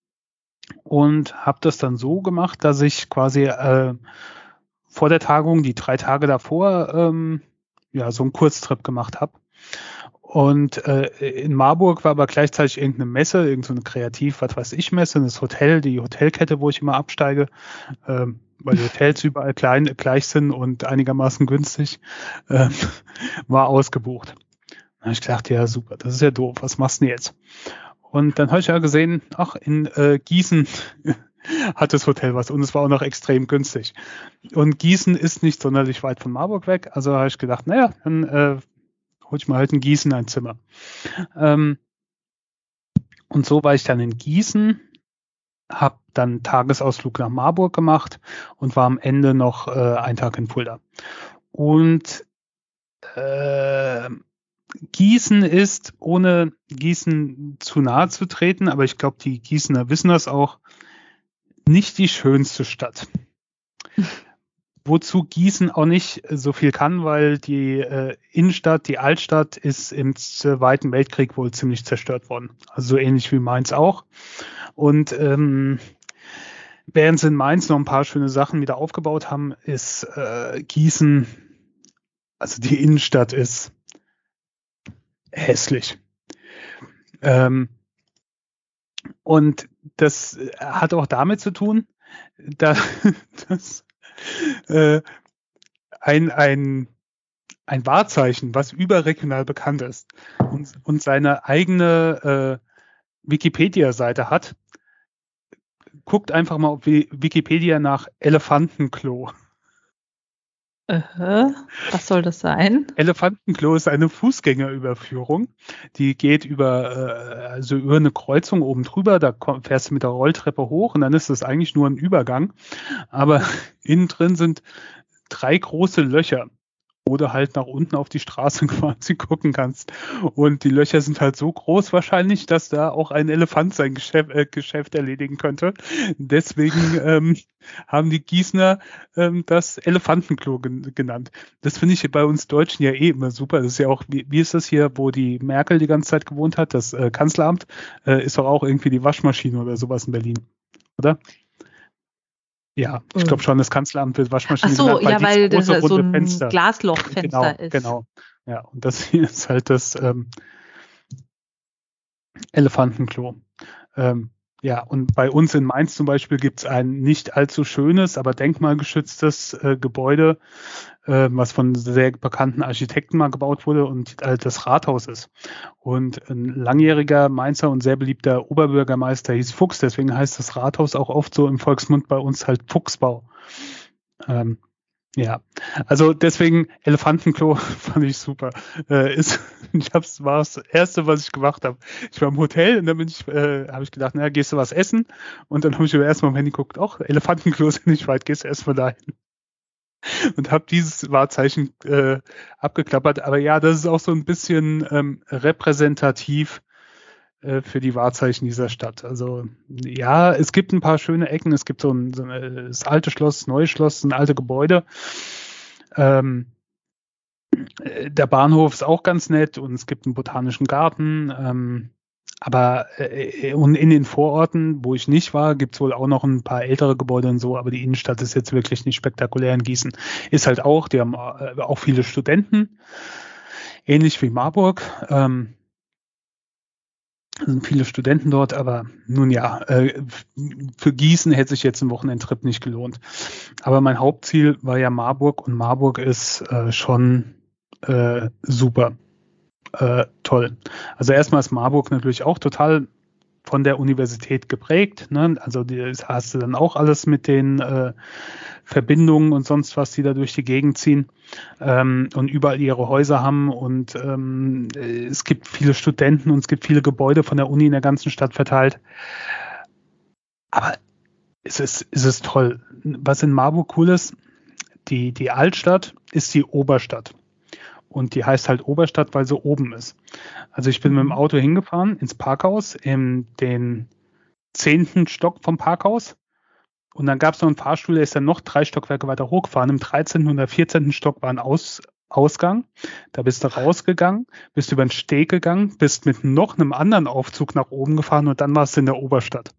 Und habe das dann so gemacht, dass ich quasi äh, vor der Tagung, die drei Tage davor, ähm, ja, so einen Kurztrip gemacht habe. Und äh, in Marburg war aber gleichzeitig irgendeine Messe, irgendeine Kreativ, was weiß ich, Messe, das Hotel, die Hotelkette, wo ich immer absteige, ähm, weil die Hotels überall klein, gleich sind und einigermaßen günstig, äh, war ausgebucht. Da habe ich gedacht, ja super, das ist ja doof, was machst du denn jetzt? Und dann habe ich ja gesehen, ach, in äh, Gießen hat das Hotel was und es war auch noch extrem günstig. Und Gießen ist nicht sonderlich weit von Marburg weg, also habe ich gedacht, naja, dann äh, hol ich mal halt in Gießen ein Zimmer. Ähm, und so war ich dann in Gießen, habe dann einen Tagesausflug nach Marburg gemacht und war am Ende noch äh, einen Tag in Fulda. Und äh, Gießen ist, ohne Gießen zu nahe zu treten, aber ich glaube, die Gießener wissen das auch, nicht die schönste Stadt. Wozu Gießen auch nicht so viel kann, weil die äh, Innenstadt, die Altstadt, ist im Zweiten Weltkrieg wohl ziemlich zerstört worden. Also so ähnlich wie Mainz auch. Und ähm, während sie in Mainz noch ein paar schöne Sachen wieder aufgebaut haben, ist äh, Gießen, also die Innenstadt ist hässlich. Ähm, und das hat auch damit zu tun, da, dass äh, ein, ein, ein Wahrzeichen, was überregional bekannt ist und, und seine eigene äh, Wikipedia-Seite hat, guckt einfach mal auf Wikipedia nach Elefantenklo. Uh-huh. Was soll das sein? Elefantenklo ist eine Fußgängerüberführung. Die geht über, äh, also über eine Kreuzung oben drüber. Da komm, fährst du mit der Rolltreppe hoch und dann ist das eigentlich nur ein Übergang. Aber innen drin sind drei große Löcher, wo du halt nach unten auf die Straße quasi gucken kannst. Und die Löcher sind halt so groß wahrscheinlich, dass da auch ein Elefant sein Geschäft, äh, Geschäft erledigen könnte. Deswegen ähm, haben die Gießener ähm, das Elefantenklo gen- genannt. Das finde ich bei uns Deutschen ja eh immer super. Das ist ja auch, wie, wie ist das hier, wo die Merkel die ganze Zeit gewohnt hat? Das äh, Kanzleramt äh, ist doch auch irgendwie die Waschmaschine oder sowas in Berlin, oder? Ja, ich glaube schon, das Kanzleramt wird Waschmaschine Ach so, genannt, weil ja, weil dieses das große so runde ein Fenster. Glaslochfenster Genau, ist. genau. Ja, und das hier ist halt das ähm, Elefantenklo. Ähm, ja, und bei uns in Mainz zum Beispiel gibt es ein nicht allzu schönes, aber denkmalgeschütztes äh, Gebäude, äh, was von sehr bekannten Architekten mal gebaut wurde und äh, das Rathaus ist. Und ein langjähriger Mainzer und sehr beliebter Oberbürgermeister hieß Fuchs, deswegen heißt das Rathaus auch oft so im Volksmund bei uns halt Fuchsbau. Ähm, Ja, also deswegen Elefantenklo fand ich super. Äh, ist, ich hab's, war das Erste, was ich gemacht habe. Ich war im Hotel und dann bin ich, äh, habe ich gedacht, naja, gehst du was essen? Und dann habe ich über erstmal am Handy geguckt, ach, Elefantenklo sind nicht weit, gehst du erstmal dahin. Und habe dieses Wahrzeichen äh, abgeklappert. Aber ja, das ist auch so ein bisschen ähm, repräsentativ äh, für die Wahrzeichen dieser Stadt. Also ja, es gibt ein paar schöne Ecken. Es gibt so ein, so ein das alte Schloss, das neue Schloss, ein alte Gebäude. Ähm, der Bahnhof ist auch ganz nett und es gibt einen botanischen Garten. Ähm, aber äh, und in den Vororten, wo ich nicht war, gibt es wohl auch noch ein paar ältere Gebäude und so, aber die Innenstadt ist jetzt wirklich nicht spektakulär in Gießen. Ist halt auch, die haben äh, auch viele Studenten, ähnlich wie Marburg. Ähm, sind viele Studenten dort, aber nun ja, äh, für Gießen hätte sich jetzt ein Wochenendtrip nicht gelohnt. Aber mein Hauptziel war ja Marburg und Marburg ist äh, schon äh, super. Äh, toll. Also erstmal ist Marburg natürlich auch total von der Universität geprägt. Ne? Also die, hast du dann auch alles mit den äh, Verbindungen und sonst was, die da durch die Gegend ziehen ähm, und überall ihre Häuser haben. Und ähm, es gibt viele Studenten und es gibt viele Gebäude von der Uni in der ganzen Stadt verteilt. Aber es ist, es ist toll. Was in Marburg cool ist, die, die Altstadt ist die Oberstadt. Und die heißt halt Oberstadt, weil sie oben ist. Also ich bin mit dem Auto hingefahren ins Parkhaus, in den zehnten Stock vom Parkhaus. Und dann gab es noch einen Fahrstuhl, der ist dann noch drei Stockwerke weiter hochgefahren. Im dreizehnten oder vierzehnten Stock war ein Aus, Ausgang. Da bist du rausgegangen, bist über den Steg gegangen, bist mit noch einem anderen Aufzug nach oben gefahren und dann warst du in der Oberstadt.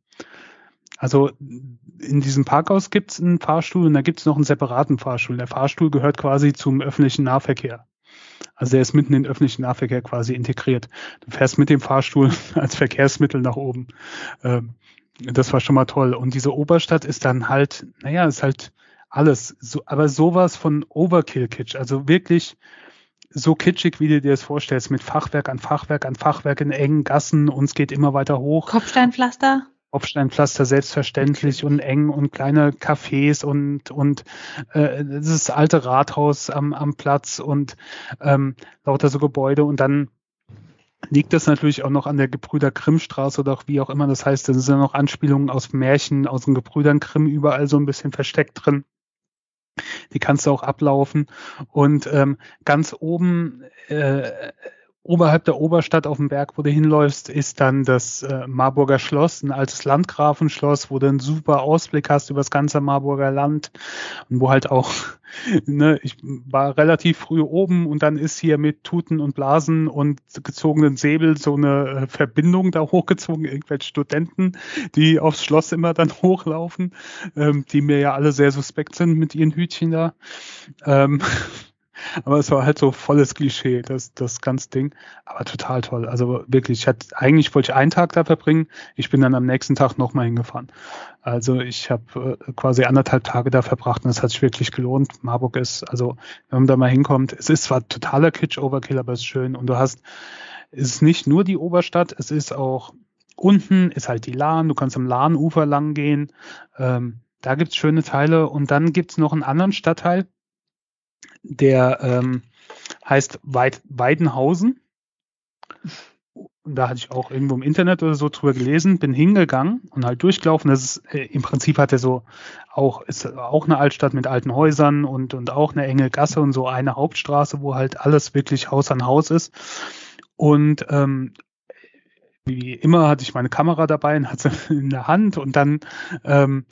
Also in diesem Parkhaus gibt es einen Fahrstuhl und da gibt es noch einen separaten Fahrstuhl. Der Fahrstuhl gehört quasi zum öffentlichen Nahverkehr. Also der ist mitten in den öffentlichen Nahverkehr quasi integriert. Du fährst mit dem Fahrstuhl als Verkehrsmittel nach oben. Ähm, das war schon mal toll. Und diese Oberstadt ist dann halt, naja, ist halt alles. So, aber sowas von Overkill-Kitsch. Also wirklich so kitschig, wie du dir das vorstellst, mit Fachwerk an Fachwerk an Fachwerk in engen Gassen und es geht immer weiter hoch. Kopfsteinpflaster? Kopfsteinpflaster selbstverständlich und eng und kleine Cafés und und äh, das alte Rathaus am am Platz und ähm, lauter so Gebäude und dann liegt das natürlich auch noch an der Gebrüder Grimm-Straße oder auch wie auch immer das heißt, da sind ja noch Anspielungen aus Märchen, aus den Gebrüdern Grimm überall so ein bisschen versteckt drin. Die kannst du auch ablaufen und ähm, ganz oben äh, oberhalb der Oberstadt auf dem Berg, wo du hinläufst, ist dann das äh, Marburger Schloss, ein altes Landgrafenschloss, wo du einen super Ausblick hast über das ganze Marburger Land und wo halt auch, ne, ich war relativ früh oben und dann ist hier mit Tuten und Blasen und gezogenen Säbel so eine äh, Verbindung da hochgezogen, irgendwelche Studenten, die aufs Schloss immer dann hochlaufen, ähm, die mir ja alle sehr suspekt sind mit ihren Hütchen da. Ähm, Aber es war halt so volles Klischee, das, das ganze Ding. Aber total toll. Also wirklich, ich hatte, eigentlich wollte ich einen Tag da verbringen. Ich bin dann am nächsten Tag nochmal hingefahren. Also ich habe äh, quasi anderthalb Tage da verbracht und es hat sich wirklich gelohnt. Marburg ist, also wenn man da mal hinkommt, es ist zwar totaler Kitsch-Overkill, aber es ist schön. Und du hast, es ist nicht nur die Oberstadt, es ist auch unten, ist halt die Lahn. Du kannst am Lahnufer lang gehen. Ähm, da gibt's schöne Teile. Und dann gibt's noch einen anderen Stadtteil, der ähm, heißt Weid, Weidenhausen. Und da hatte ich auch irgendwo im Internet oder so drüber gelesen, bin hingegangen und halt durchgelaufen. Das ist, äh, im Prinzip hat er so auch, ist auch eine Altstadt mit alten Häusern und, und auch eine enge Gasse und so eine Hauptstraße, wo halt alles wirklich Haus an Haus ist. Und ähm, wie immer hatte ich meine Kamera dabei und hatte sie in der Hand und dann ähm,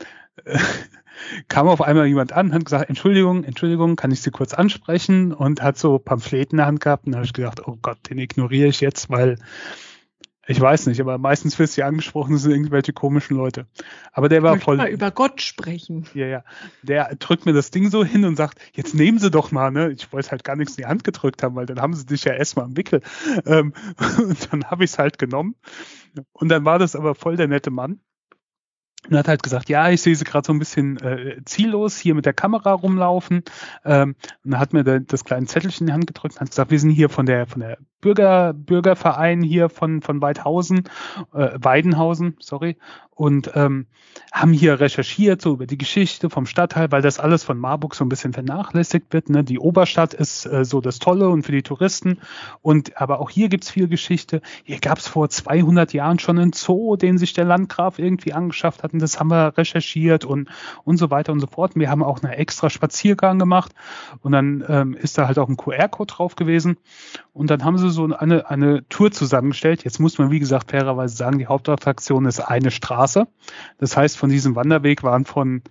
kam auf einmal jemand an, hat gesagt, Entschuldigung, Entschuldigung, kann ich Sie kurz ansprechen? Und hat so Pamphleten in der Hand gehabt. Und da habe ich gedacht, oh Gott, den ignoriere ich jetzt, weil ich weiß nicht, aber meistens wirst du ja angesprochen, das sind irgendwelche komischen Leute. Aber der war ich voll. Mal über Gott sprechen. Ja, ja. Der drückt mir das Ding so hin und sagt, jetzt nehmen Sie doch mal, ne? Ich wollte halt gar nichts in die Hand gedrückt haben, weil dann haben sie dich ja erstmal am Wickel. Ähm, und dann habe ich es halt genommen. Und dann war das aber voll der nette Mann. Und hat halt gesagt, ja, ich sehe sie gerade so ein bisschen äh, ziellos hier mit der Kamera rumlaufen. Ähm, und dann hat mir da, das kleine Zettelchen in die Hand gedrückt und hat gesagt, wir sind hier von der von der Bürger, Bürgerverein hier von, von Weidhausen, äh, Weidenhausen, sorry, und ähm, haben hier recherchiert, so über die Geschichte vom Stadtteil, weil das alles von Marburg so ein bisschen vernachlässigt wird. Ne? Die Oberstadt ist äh, so das Tolle und für die Touristen. Und aber auch hier gibt's viel Geschichte. Hier gab's vor zweihundert Jahren schon einen Zoo, den sich der Landgraf irgendwie angeschafft hat. Und das haben wir recherchiert und, und so weiter und so fort. Und wir haben auch einen extra Spaziergang gemacht. Und dann ähm, ist da halt auch ein Q R-Code drauf gewesen. Und dann haben sie so eine, eine Tour zusammengestellt. Jetzt muss man, wie gesagt, fairerweise sagen, die Hauptattraktion ist eine Straße. Das heißt, von diesem Wanderweg waren von,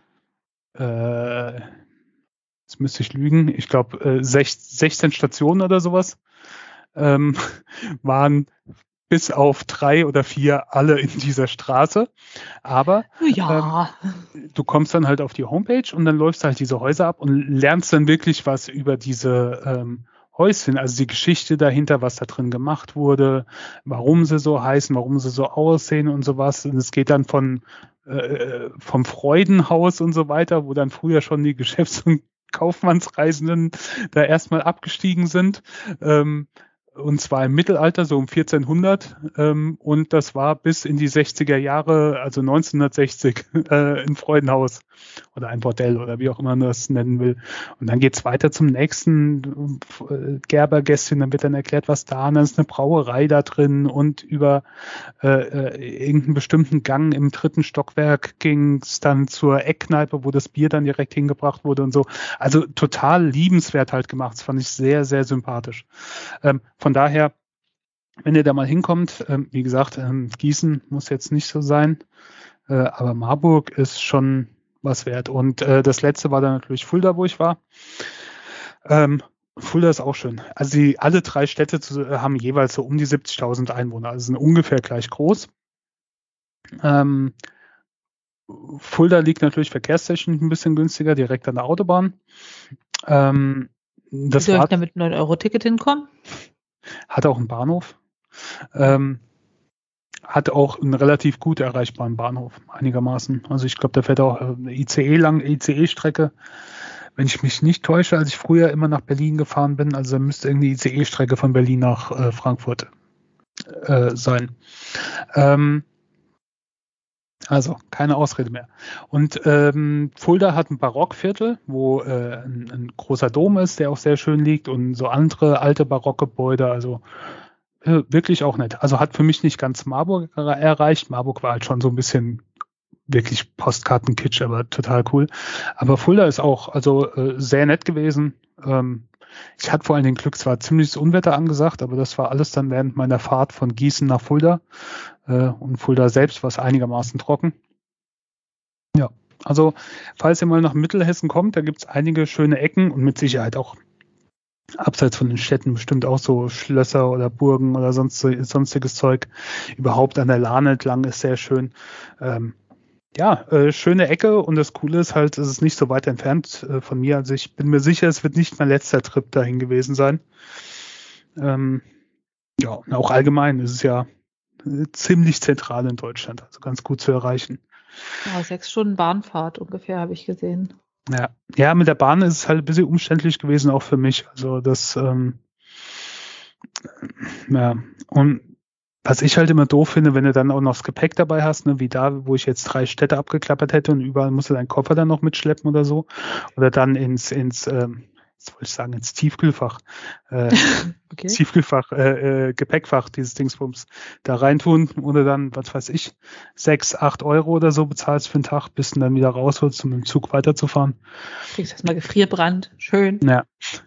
äh, jetzt müsste ich lügen, ich glaube äh, sechzehn Stationen oder sowas, ähm, waren bis auf drei oder vier alle in dieser Straße. Aber ja. ähm, du kommst dann halt auf die Homepage und dann läufst halt diese Häuser ab und lernst dann wirklich was über diese ähm, Häuschen, also die Geschichte dahinter, was da drin gemacht wurde, warum sie so heißen, warum sie so aussehen und sowas. Und es geht dann von äh, vom Freudenhaus und so weiter, wo dann früher schon die Geschäfts- und Kaufmannsreisenden da erstmal abgestiegen sind. Ähm, und zwar im Mittelalter, so um vierzehnhundert. Ähm, und das war bis in die sechziger Jahre, also neunzehnhundertsechzig, äh, ein Freudenhaus oder ein Bordell oder wie auch immer man das nennen will. Und dann geht's weiter zum nächsten äh, Gerbergässchen, dann wird dann erklärt, was da, und dann ist eine Brauerei da drin und über äh, äh, irgendeinen bestimmten Gang im dritten Stockwerk ging's dann zur Eckkneipe, wo das Bier dann direkt hingebracht wurde und so. Also total liebenswert halt gemacht. Das fand ich sehr, sehr sympathisch. Ähm, von daher, wenn ihr da mal hinkommt, ähm, wie gesagt, ähm, Gießen muss jetzt nicht so sein, äh, aber Marburg ist schon was wert. Und äh, das letzte war dann natürlich Fulda, wo ich war. Ähm, Fulda ist auch schön. Also die, alle drei Städte zu, haben jeweils so um die siebzigtausend Einwohner, also sind ungefähr gleich groß. Ähm, Fulda liegt natürlich verkehrstechnisch ein bisschen günstiger, direkt an der Autobahn. Ähm, das Soll ich war, da mit neun Euro Ticket hinkommen? hat auch einen Bahnhof. Ähm, hat auch einen relativ gut erreichbaren Bahnhof, einigermaßen. Also ich glaube, da fährt auch eine I C E lang, I C E-Strecke. Wenn ich mich nicht täusche, als ich früher immer nach Berlin gefahren bin, also da müsste irgendeine I C E-Strecke von Berlin nach äh, Frankfurt äh, sein. Ähm, also keine Ausrede mehr. Und ähm, Fulda hat ein Barockviertel, wo äh, ein, ein großer Dom ist, der auch sehr schön liegt, und so andere alte Barockgebäude, also äh, wirklich auch nett. Also hat für mich nicht ganz Marburg erreicht. Marburg war halt schon so ein bisschen wirklich Postkartenkitsch, aber total cool. Aber Fulda ist auch also äh, sehr nett gewesen. Ähm, ich hatte vor allen Dingen Glück, es war ziemliches Unwetter angesagt, aber das war alles dann während meiner Fahrt von Gießen nach Fulda. Äh, und Fulda selbst war es einigermaßen trocken. Ja, also falls ihr mal nach Mittelhessen kommt, da gibt es einige schöne Ecken und mit Sicherheit auch abseits von den Städten bestimmt auch so Schlösser oder Burgen oder sonst, sonstiges Zeug. Überhaupt an der Lahn entlang ist sehr schön. Ähm, ja, äh, schöne Ecke, und das Coole ist halt, es ist nicht so weit entfernt äh, von mir. Also ich bin mir sicher, es wird nicht mein letzter Trip dahin gewesen sein. Ähm, ja, und auch allgemein ist es ja äh, ziemlich zentral in Deutschland, also ganz gut zu erreichen. Ja, sechs Stunden Bahnfahrt ungefähr, habe ich gesehen. Ja. Ja, mit der Bahn ist es halt ein bisschen umständlich gewesen, auch für mich. Also das, ähm, ja, und was ich halt immer doof finde, wenn du dann auch noch das Gepäck dabei hast, ne, wie da, wo ich jetzt drei Städte abgeklappert hätte und überall musst du deinen Koffer dann noch mitschleppen oder so. Oder dann ins, ins, ähm, jetzt wollte ich sagen, ins Tiefkühlfach, äh, Okay. Tiefkühlfach, äh, äh, Gepäckfach, dieses Dingsbums, da reintun oder dann, was weiß ich, sechs, acht Euro oder so bezahlst für den Tag, bis du dann wieder rausholst, um mit dem Zug weiterzufahren. Kriegst erstmal Gefrierbrand. Schön. Ja.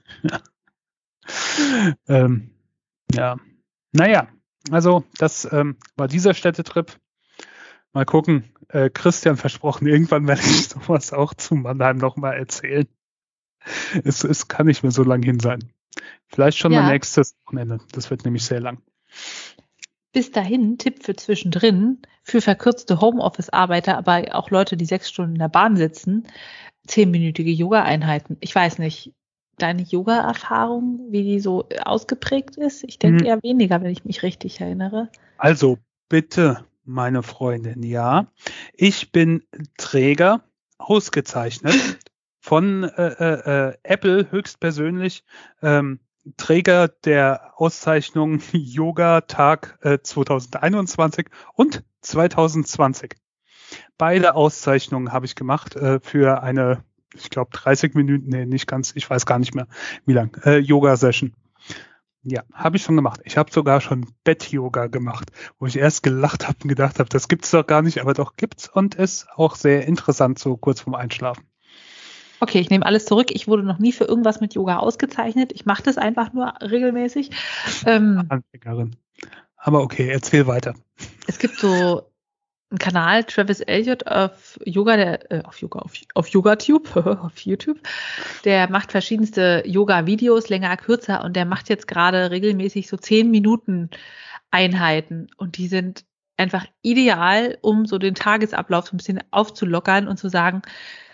ähm, ja. Naja. Also, das ähm, war dieser Städtetrip. Mal gucken. Äh, Christian versprochen, irgendwann werde ich sowas auch zu Mannheim nochmal erzählen. Es, es kann nicht mehr so lang hin sein. Vielleicht schon Ja. mein nächstes Wochenende. Das wird nämlich sehr lang. Bis dahin, Tipp für zwischendrin, für verkürzte Homeoffice-Arbeiter, aber auch Leute, die sechs Stunden in der Bahn sitzen, zehnminütige Yoga-Einheiten. Ich weiß nicht, deine Yoga-Erfahrung, wie die so ausgeprägt ist? Ich denke Hm. eher weniger, wenn ich mich richtig erinnere. Also, bitte, meine Freundin, ja. Ich bin Träger, ausgezeichnet, von äh, äh, Apple höchstpersönlich ähm, Träger der Auszeichnung Yoga-Tag äh, zweitausendeinundzwanzig und zweitausendzwanzig. Beide Auszeichnungen habe ich gemacht äh, für eine, ich glaube, dreißig Minuten, nee, nicht ganz, ich weiß gar nicht mehr, wie lang, äh, Yoga-Session. Ja, habe ich schon gemacht. Ich habe sogar schon Bett-Yoga gemacht, wo ich erst gelacht habe und gedacht habe, das gibt's doch gar nicht, aber doch gibt's und ist auch sehr interessant, so kurz vorm Einschlafen. Okay, ich nehme alles zurück. Ich wurde noch nie für irgendwas mit Yoga ausgezeichnet. Ich mache das einfach nur regelmäßig. Ähm, Anfängerin. Aber okay, erzähl weiter. Es gibt so einen Kanal, Travis Elliott auf Yoga, der, äh, auf Yoga, auf, auf YogaTube, auf YouTube. Der macht verschiedenste Yoga-Videos, länger, kürzer, und der macht jetzt gerade regelmäßig so zehn Minuten Einheiten, und die sind einfach ideal, um so den Tagesablauf so ein bisschen aufzulockern und zu sagen,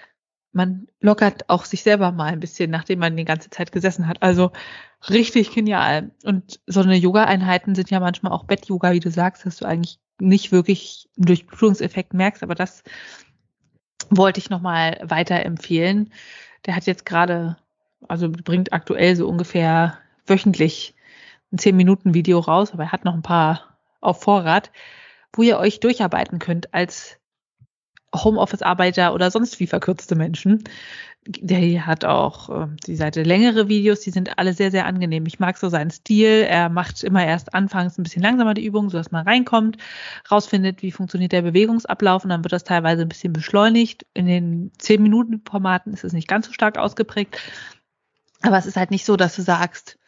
man lockert auch sich selber mal ein bisschen, nachdem man die ganze Zeit gesessen hat. Also richtig genial. Und so eine Yoga-Einheiten sind ja manchmal auch Bett-Yoga, wie du sagst, dass du eigentlich nicht wirklich einen Durchblutungseffekt merkst, aber das wollte ich nochmal weiterempfehlen. Der hat jetzt gerade, also bringt aktuell so ungefähr wöchentlich ein zehn-Minuten-Video raus, aber er hat noch ein paar auf Vorrat, wo ihr euch durcharbeiten könnt als Homeoffice-Arbeiter oder sonst wie verkürzte Menschen. Der hat auch äh, die Seite längere Videos, die sind alle sehr, sehr angenehm. Ich mag so seinen Stil. Er macht immer erst anfangs ein bisschen langsamer die Übung, sodass man reinkommt, rausfindet, wie funktioniert der Bewegungsablauf, und dann wird das teilweise ein bisschen beschleunigt. In den zehn-Minuten-Formaten ist es nicht ganz so stark ausgeprägt. Aber es ist halt nicht so, dass du sagst,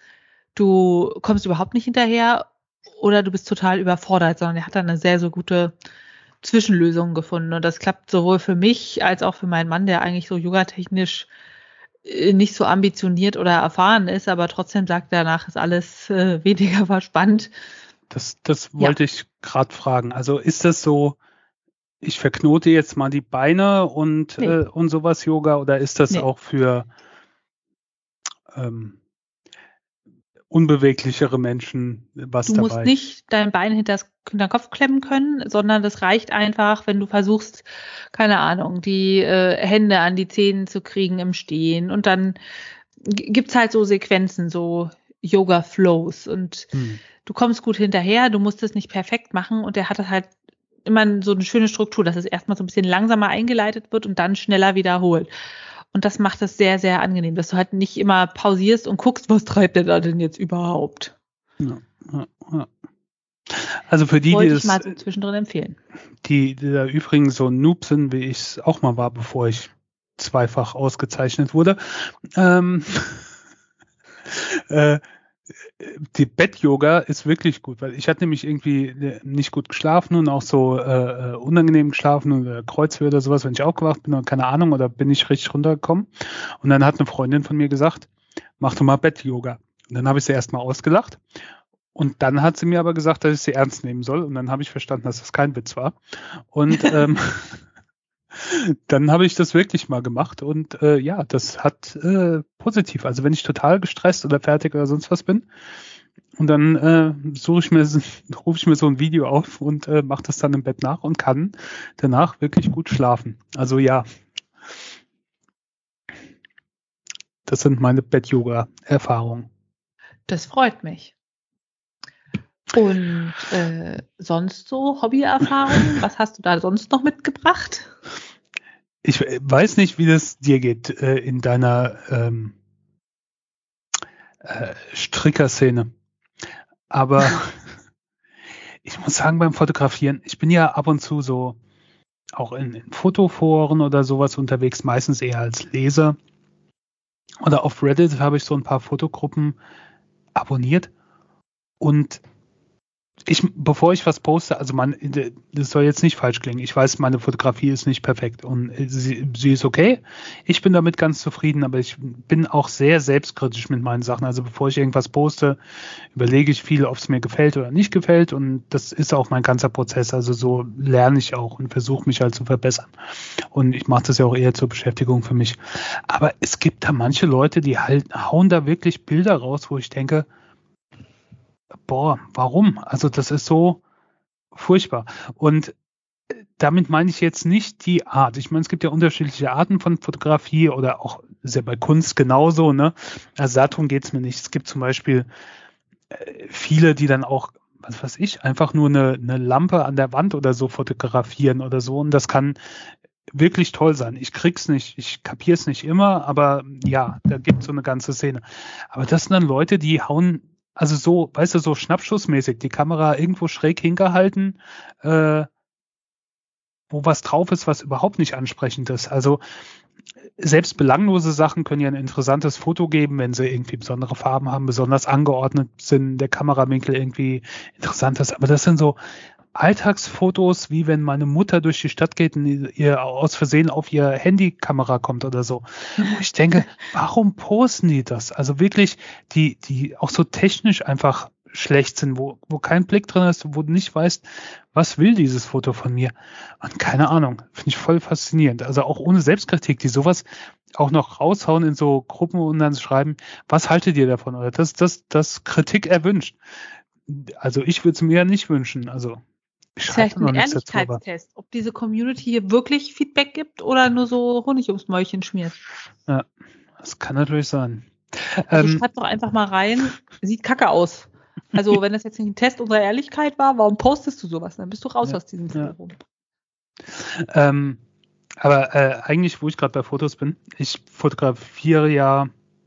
du kommst überhaupt nicht hinterher oder du bist total überfordert, sondern er hat dann eine sehr, sehr gute Zwischenlösungen gefunden, und das klappt sowohl für mich als auch für meinen Mann, der eigentlich so yogatechnisch nicht so ambitioniert oder erfahren ist, aber trotzdem sagt, danach ist alles äh, weniger verspannt. Das, das wollte ja. ich gerade fragen. Also ist das so, ich verknote jetzt mal die Beine und, nee. äh, und sowas Yoga, oder ist das nee. auch für ähm, unbeweglichere Menschen was du dabei? Du musst nicht dein Bein hinter den Kopf klemmen können, sondern das reicht einfach, wenn du versuchst, keine Ahnung, die äh, Hände an die Zehen zu kriegen im Stehen, und dann g- gibt's halt so Sequenzen, so Yoga-Flows, und hm. du kommst gut hinterher, du musst es nicht perfekt machen, und der hat das halt immer so eine schöne Struktur, dass es erstmal so ein bisschen langsamer eingeleitet wird und dann schneller wiederholt. Und das macht es sehr, sehr angenehm, dass du halt nicht immer pausierst und guckst, was treibt der da denn jetzt überhaupt. Ja, ja, ja. Also für die, Wollte die ich mal so zwischendrin empfehlen. Die, die da übrigens so Noob sind, wie ich es auch mal war, bevor ich zweifach ausgezeichnet wurde. Ähm, äh, die Bett-Yoga ist wirklich gut, weil ich hatte nämlich irgendwie nicht gut geschlafen und auch so äh, unangenehm geschlafen oder Kreuzweh oder sowas, wenn ich aufgewacht bin oder keine Ahnung, oder bin ich richtig runtergekommen. Und dann hat eine Freundin von mir gesagt, mach doch mal Bett-Yoga. Und dann habe ich sie erstmal ausgelacht. Und dann hat sie mir aber gesagt, dass ich sie ernst nehmen soll. Und dann habe ich verstanden, dass das kein Witz war. Und ähm, dann habe ich das wirklich mal gemacht. Und äh, ja, das hat äh, positiv. Also wenn ich total gestresst oder fertig oder sonst was bin, und dann äh, suche ich mir, rufe ich mir so ein Video auf und äh, mache das dann im Bett nach und kann danach wirklich gut schlafen. Also ja, das sind meine Bett-Yoga-Erfahrungen. Das freut mich. Und äh, sonst so Hobbyerfahrungen? Was hast du da sonst noch mitgebracht? Ich weiß nicht, wie das dir geht äh, in deiner ähm, äh, Strickerszene. Aber ich muss sagen, beim Fotografieren, ich bin ja ab und zu so auch in, in Fotoforen oder sowas unterwegs, meistens eher als Leser. Oder auf Reddit habe ich so ein paar Fotogruppen abonniert. Und ich, bevor ich was poste, also man, das soll jetzt nicht falsch klingen. Ich weiß, meine Fotografie ist nicht perfekt und sie, sie ist okay. Ich bin damit ganz zufrieden, aber ich bin auch sehr selbstkritisch mit meinen Sachen. Also bevor ich irgendwas poste, überlege ich viel, ob es mir gefällt oder nicht gefällt, und das ist auch mein ganzer Prozess. Also so lerne ich auch und versuche mich halt zu verbessern. Und ich mache das ja auch eher zur Beschäftigung für mich. Aber es gibt da manche Leute, die halt hauen da wirklich Bilder raus, wo ich denke, boah, warum? Also das ist so furchtbar. Und damit meine ich jetzt nicht die Art. Ich meine, es gibt ja unterschiedliche Arten von Fotografie oder auch ist ja bei Kunst genauso, ne? Also darum geht's mir nicht. Es gibt zum Beispiel äh, viele, die dann auch, was weiß ich, einfach nur eine, eine Lampe an der Wand oder so fotografieren oder so. Und das kann wirklich toll sein. Ich krieg's nicht, ich kapier's nicht immer, aber ja, da gibt's so eine ganze Szene. Aber das sind dann Leute, die hauen, also so, weißt du, so schnappschussmäßig, die Kamera irgendwo schräg hingehalten, äh, wo was drauf ist, was überhaupt nicht ansprechend ist. Also selbst belanglose Sachen können ja ein interessantes Foto geben, wenn sie irgendwie besondere Farben haben, besonders angeordnet sind, der Kamerawinkel irgendwie interessant ist. Aber das sind so Alltagsfotos, wie wenn meine Mutter durch die Stadt geht und ihr aus Versehen auf ihr Handykamera kommt oder so. Und ich denke, warum posten die das? Also wirklich, die, die auch so technisch einfach schlecht sind, wo, wo kein Blick drin ist, wo du nicht weißt, was will dieses Foto von mir? Und keine Ahnung, finde ich voll faszinierend. Also auch ohne Selbstkritik, die sowas auch noch raushauen in so Gruppen und dann schreiben, was haltet ihr davon? Oder das, das, das Kritik erwünscht. Also ich würde es mir ja nicht wünschen. Also ich Vielleicht ein Ehrlichkeitstest, ob diese Community hier wirklich Feedback gibt oder nur so Honig ums Mäulchen schmiert. Ja, das kann natürlich sein. Also ähm, schreib doch einfach mal rein, sieht kacke aus. Also wenn das jetzt nicht ein Test unserer Ehrlichkeit war, warum postest du sowas? Dann bist du raus ja, aus diesem Forum. Ja. Ähm, aber äh, eigentlich, wo ich gerade bei Fotos bin, ich fotografiere ja,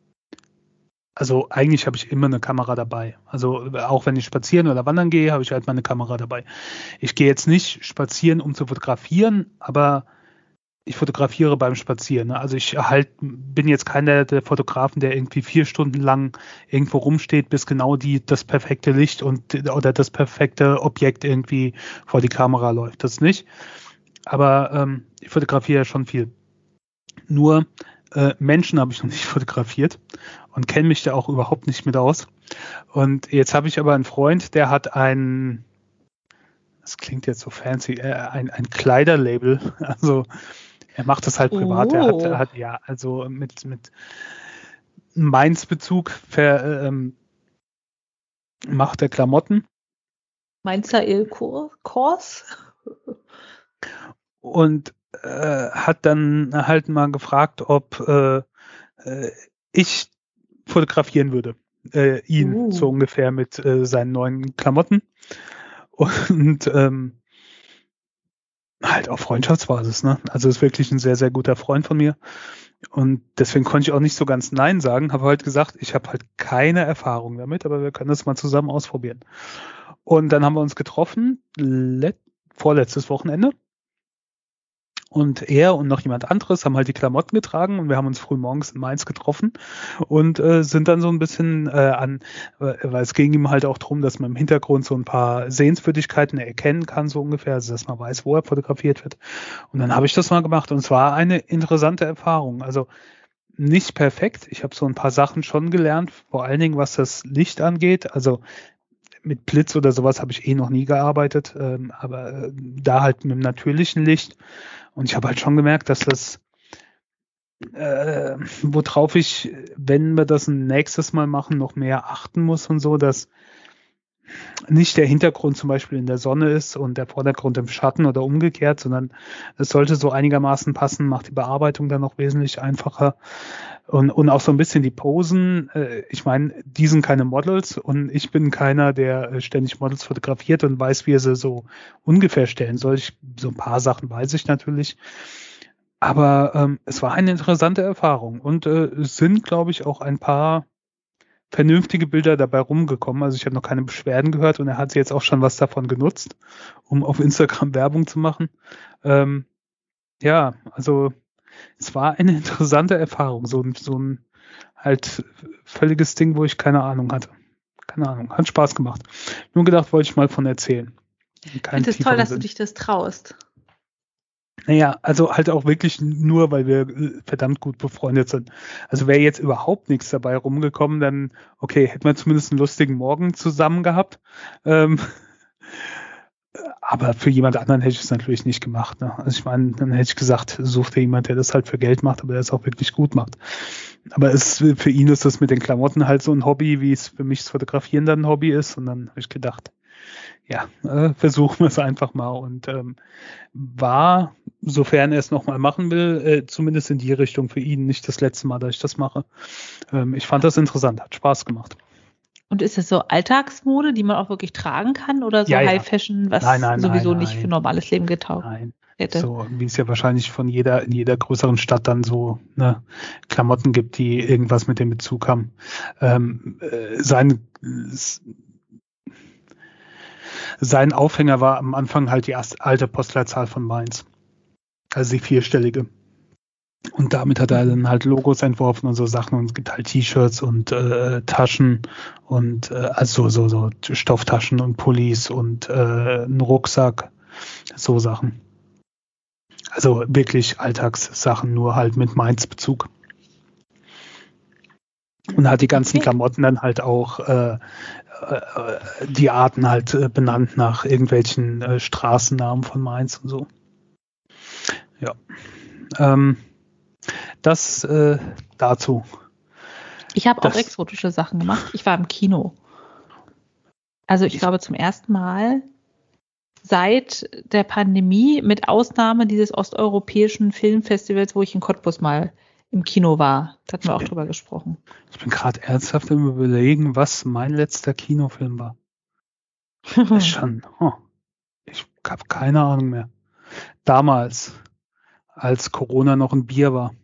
also eigentlich habe ich immer eine Kamera dabei. Also auch wenn ich spazieren oder wandern gehe, habe ich halt meine Kamera dabei. Ich gehe jetzt nicht spazieren, um zu fotografieren, aber ich fotografiere beim Spazieren. Ne? Also ich halt bin jetzt keiner der Fotografen, der irgendwie vier Stunden lang irgendwo rumsteht, bis genau die das perfekte Licht und oder das perfekte Objekt irgendwie vor die Kamera läuft. Das nicht. Aber ähm, ich fotografiere ja schon viel. Nur äh, Menschen habe ich noch nicht fotografiert und kenne mich da auch überhaupt nicht mit aus. Und jetzt habe ich aber einen Freund, der hat ein, das klingt jetzt so fancy, äh, ein, ein Kleiderlabel. Also er macht das halt privat. Oh. Er hat, er hat ja also mit mit Mainz-Bezug ver, ähm, macht er Klamotten. Mainzer Il-Kors? Und äh, hat dann halt mal gefragt, ob äh, äh, ich fotografieren würde. Äh, ihn uh. so ungefähr mit äh, seinen neuen Klamotten. Und ähm, halt auf Freundschaftsbasis, ne? Also ist wirklich ein sehr, sehr guter Freund von mir. Und deswegen konnte ich auch nicht so ganz Nein sagen. Habe halt gesagt, ich habe halt keine Erfahrung damit, aber wir können das mal zusammen ausprobieren. Und dann haben wir uns getroffen, let- vorletztes Wochenende. Und er und noch jemand anderes haben halt die Klamotten getragen und wir haben uns früh morgens in Mainz getroffen und äh, sind dann so ein bisschen äh, an, äh, weil es ging ihm halt auch darum, dass man im Hintergrund so ein paar Sehenswürdigkeiten erkennen kann, so ungefähr, also dass man weiß, wo er fotografiert wird. Und dann habe ich das mal gemacht und es war eine interessante Erfahrung. Also nicht perfekt. Ich habe so ein paar Sachen schon gelernt, vor allen Dingen was das Licht angeht. Also mit Blitz oder sowas habe ich eh noch nie gearbeitet, ähm, aber äh, da halt mit dem natürlichen Licht. Und ich habe halt schon gemerkt, dass das, äh, worauf ich, wenn wir das ein nächstes Mal machen, noch mehr achten muss und so, dass nicht der Hintergrund zum Beispiel in der Sonne ist und der Vordergrund im Schatten oder umgekehrt, sondern es sollte so einigermaßen passen, macht die Bearbeitung dann noch wesentlich einfacher. Und, und auch so ein bisschen die Posen. Äh, ich meine, die sind keine Models und ich bin keiner, der ständig Models fotografiert und weiß, wie er sie so ungefähr stellen soll. Ich, so ein paar Sachen weiß ich natürlich. Aber ähm, es war eine interessante Erfahrung und äh, es sind, glaube ich, auch ein paar vernünftige Bilder dabei rumgekommen. Also ich habe noch keine Beschwerden gehört und er hat jetzt auch schon was davon genutzt, um auf Instagram Werbung zu machen. Ähm, ja, also es war eine interessante Erfahrung, so, so ein halt völliges Ding, wo ich keine Ahnung hatte. Keine Ahnung, hat Spaß gemacht. Nur gedacht, wollte ich mal von erzählen. Ich finde es toll, dass Sinn. Du dich das traust. Naja, also halt auch wirklich nur, weil wir verdammt gut befreundet sind. Also wäre jetzt überhaupt nichts dabei rumgekommen, dann okay, hätten wir zumindest einen lustigen Morgen zusammen gehabt. Ähm, aber für jemand anderen hätte ich es natürlich nicht gemacht. Ne? Also ich meine, dann hätte ich gesagt, such dir jemand, der das halt für Geld macht, aber der es auch wirklich gut macht. Aber es, für ihn ist das mit den Klamotten halt so ein Hobby, wie es für mich das Fotografieren dann ein Hobby ist. Und dann habe ich gedacht, ja, äh, versuchen wir es einfach mal. Und ähm, war sofern er es nochmal machen will, äh, zumindest in die Richtung für ihn, nicht das letzte Mal, dass ich das mache. Ähm, ich fand das interessant, hat Spaß gemacht. Und ist es so Alltagsmode, die man auch wirklich tragen kann oder so Ja, ja. High Fashion, was Nein, nein, sowieso nein, nicht nein. für normales Leben getaugt Nein. hätte? So, wie es ja wahrscheinlich von jeder, in jeder größeren Stadt dann so ne, Klamotten gibt, die irgendwas mit dem Bezug haben. Ähm, äh, sein, sein Aufhänger war am Anfang halt die erste, alte Postleitzahl von Mainz. Also die vierstellige. Und damit hat er dann halt Logos entworfen und so Sachen und es gibt halt T-Shirts und äh, Taschen und äh, also so, so Stofftaschen und Pullis und äh, einen Rucksack, so Sachen. Also wirklich Alltagssachen, nur halt mit Mainz-Bezug. Und hat die ganzen okay. Klamotten dann halt auch äh, äh, die Arten halt äh, benannt nach irgendwelchen äh, Straßennamen von Mainz und so. Ja. Ähm, Das äh, dazu. Ich habe auch exotische Sachen gemacht. Ich war im Kino. Also ich glaube zum ersten Mal seit der Pandemie, mit Ausnahme dieses osteuropäischen Filmfestivals, wo ich in Cottbus mal im Kino war. Da hatten wir auch drüber gesprochen. Ich bin gerade ernsthaft im Überlegen, was mein letzter Kinofilm war. Das ist schon, oh, ich habe keine Ahnung mehr. Damals, als Corona noch ein Bier war.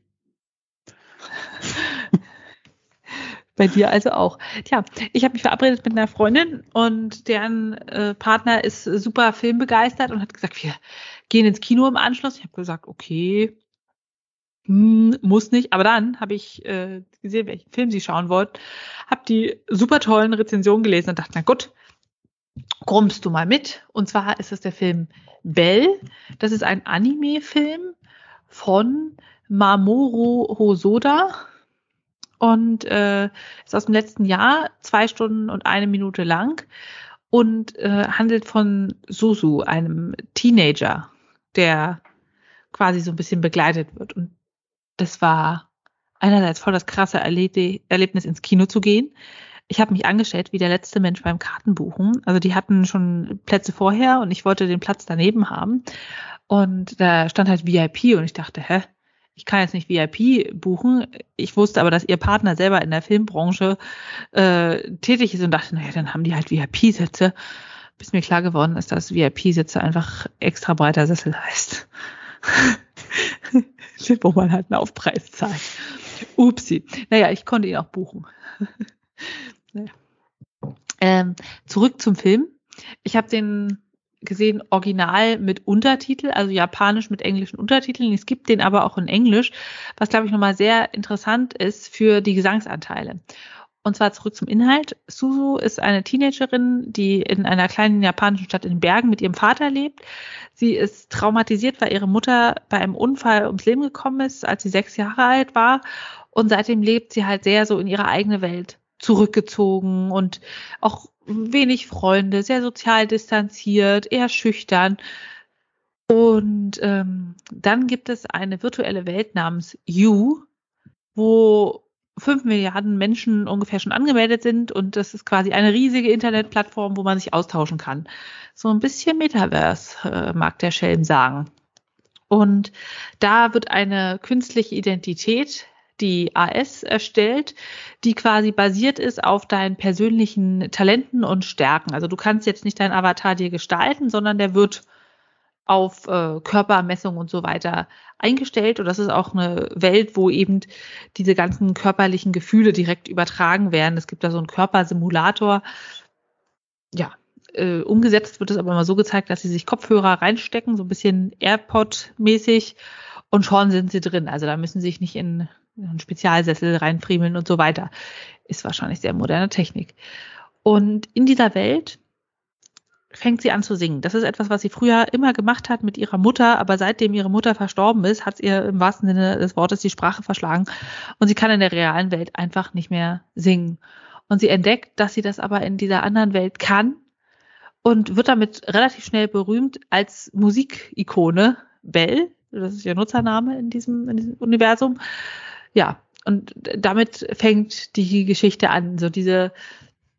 Bei dir also auch. Tja, ich habe mich verabredet mit einer Freundin und deren äh, Partner ist super filmbegeistert und hat gesagt, wir gehen ins Kino im Anschluss. Ich habe gesagt, okay, hm, muss nicht. Aber dann habe ich äh, gesehen, welchen Film sie schauen wollten, habe die super tollen Rezensionen gelesen und dachte, na gut, kommst du mal mit. Und zwar ist es der Film Belle. Das ist ein Anime-Film von Mamoru Hosoda. Und äh, ist aus dem letzten Jahr, zwei Stunden und eine Minute lang und äh, handelt von Suzu, einem Teenager, der quasi so ein bisschen begleitet wird. Und das war einerseits voll das krasse Erleb- Erlebnis, ins Kino zu gehen. Ich habe mich angestellt wie der letzte Mensch beim Kartenbuchen. Also die hatten schon Plätze vorher und ich wollte den Platz daneben haben. Und da stand halt V I P und ich dachte, hä? Ich kann jetzt nicht V I P buchen. Ich wusste aber, dass ihr Partner selber in der Filmbranche äh, tätig ist und dachte, naja, dann haben die halt V I P-Sitze. Bis mir klar geworden ist, dass V I P-Sitze einfach extra breiter Sessel heißt. Wo man halt einen Aufpreis zahlt. Upsi. Naja, ich konnte ihn auch buchen. naja. ähm, zurück zum Film. Ich habe den gesehen, original mit Untertitel, also japanisch mit englischen Untertiteln. Es gibt den aber auch in Englisch, was, glaube ich, nochmal sehr interessant ist für die Gesangsanteile. Und zwar zurück zum Inhalt. Suzu ist eine Teenagerin, die in einer kleinen japanischen Stadt in den Bergen mit ihrem Vater lebt. Sie ist traumatisiert, weil ihre Mutter bei einem Unfall ums Leben gekommen ist, als sie sechs Jahre alt war. Und seitdem lebt sie halt sehr so in ihre eigene Welt zurückgezogen und auch wenig Freunde, sehr sozial distanziert, eher schüchtern. Und ähm, dann gibt es eine virtuelle Welt namens You, wo fünf Milliarden Menschen ungefähr schon angemeldet sind und das ist quasi eine riesige Internetplattform, wo man sich austauschen kann. So ein bisschen Metaverse, äh, mag der Schelm sagen. Und da wird eine künstliche Identität, die A S, erstellt, die quasi basiert ist auf deinen persönlichen Talenten und Stärken. Also du kannst jetzt nicht deinen Avatar dir gestalten, sondern der wird auf äh, Körpermessung und so weiter eingestellt. Und das ist auch eine Welt, wo eben diese ganzen körperlichen Gefühle direkt übertragen werden. Es gibt da so einen Körpersimulator. Ja, äh, umgesetzt wird es aber immer so gezeigt, dass sie sich Kopfhörer reinstecken, so ein bisschen AirPod-mäßig und schon sind sie drin. Also da müssen sie sich nicht in einen Spezialsessel reinfriemeln und so weiter. Ist wahrscheinlich sehr moderne Technik. Und in dieser Welt fängt sie an zu singen. Das ist etwas, was sie früher immer gemacht hat mit ihrer Mutter, aber seitdem ihre Mutter verstorben ist, hat es ihr im wahrsten Sinne des Wortes die Sprache verschlagen und sie kann in der realen Welt einfach nicht mehr singen. Und sie entdeckt, dass sie das aber in dieser anderen Welt kann und wird damit relativ schnell berühmt als Musikikone. Belle, das ist ihr Nutzername in diesem, in diesem Universum. Ja, und damit fängt die Geschichte an. So diese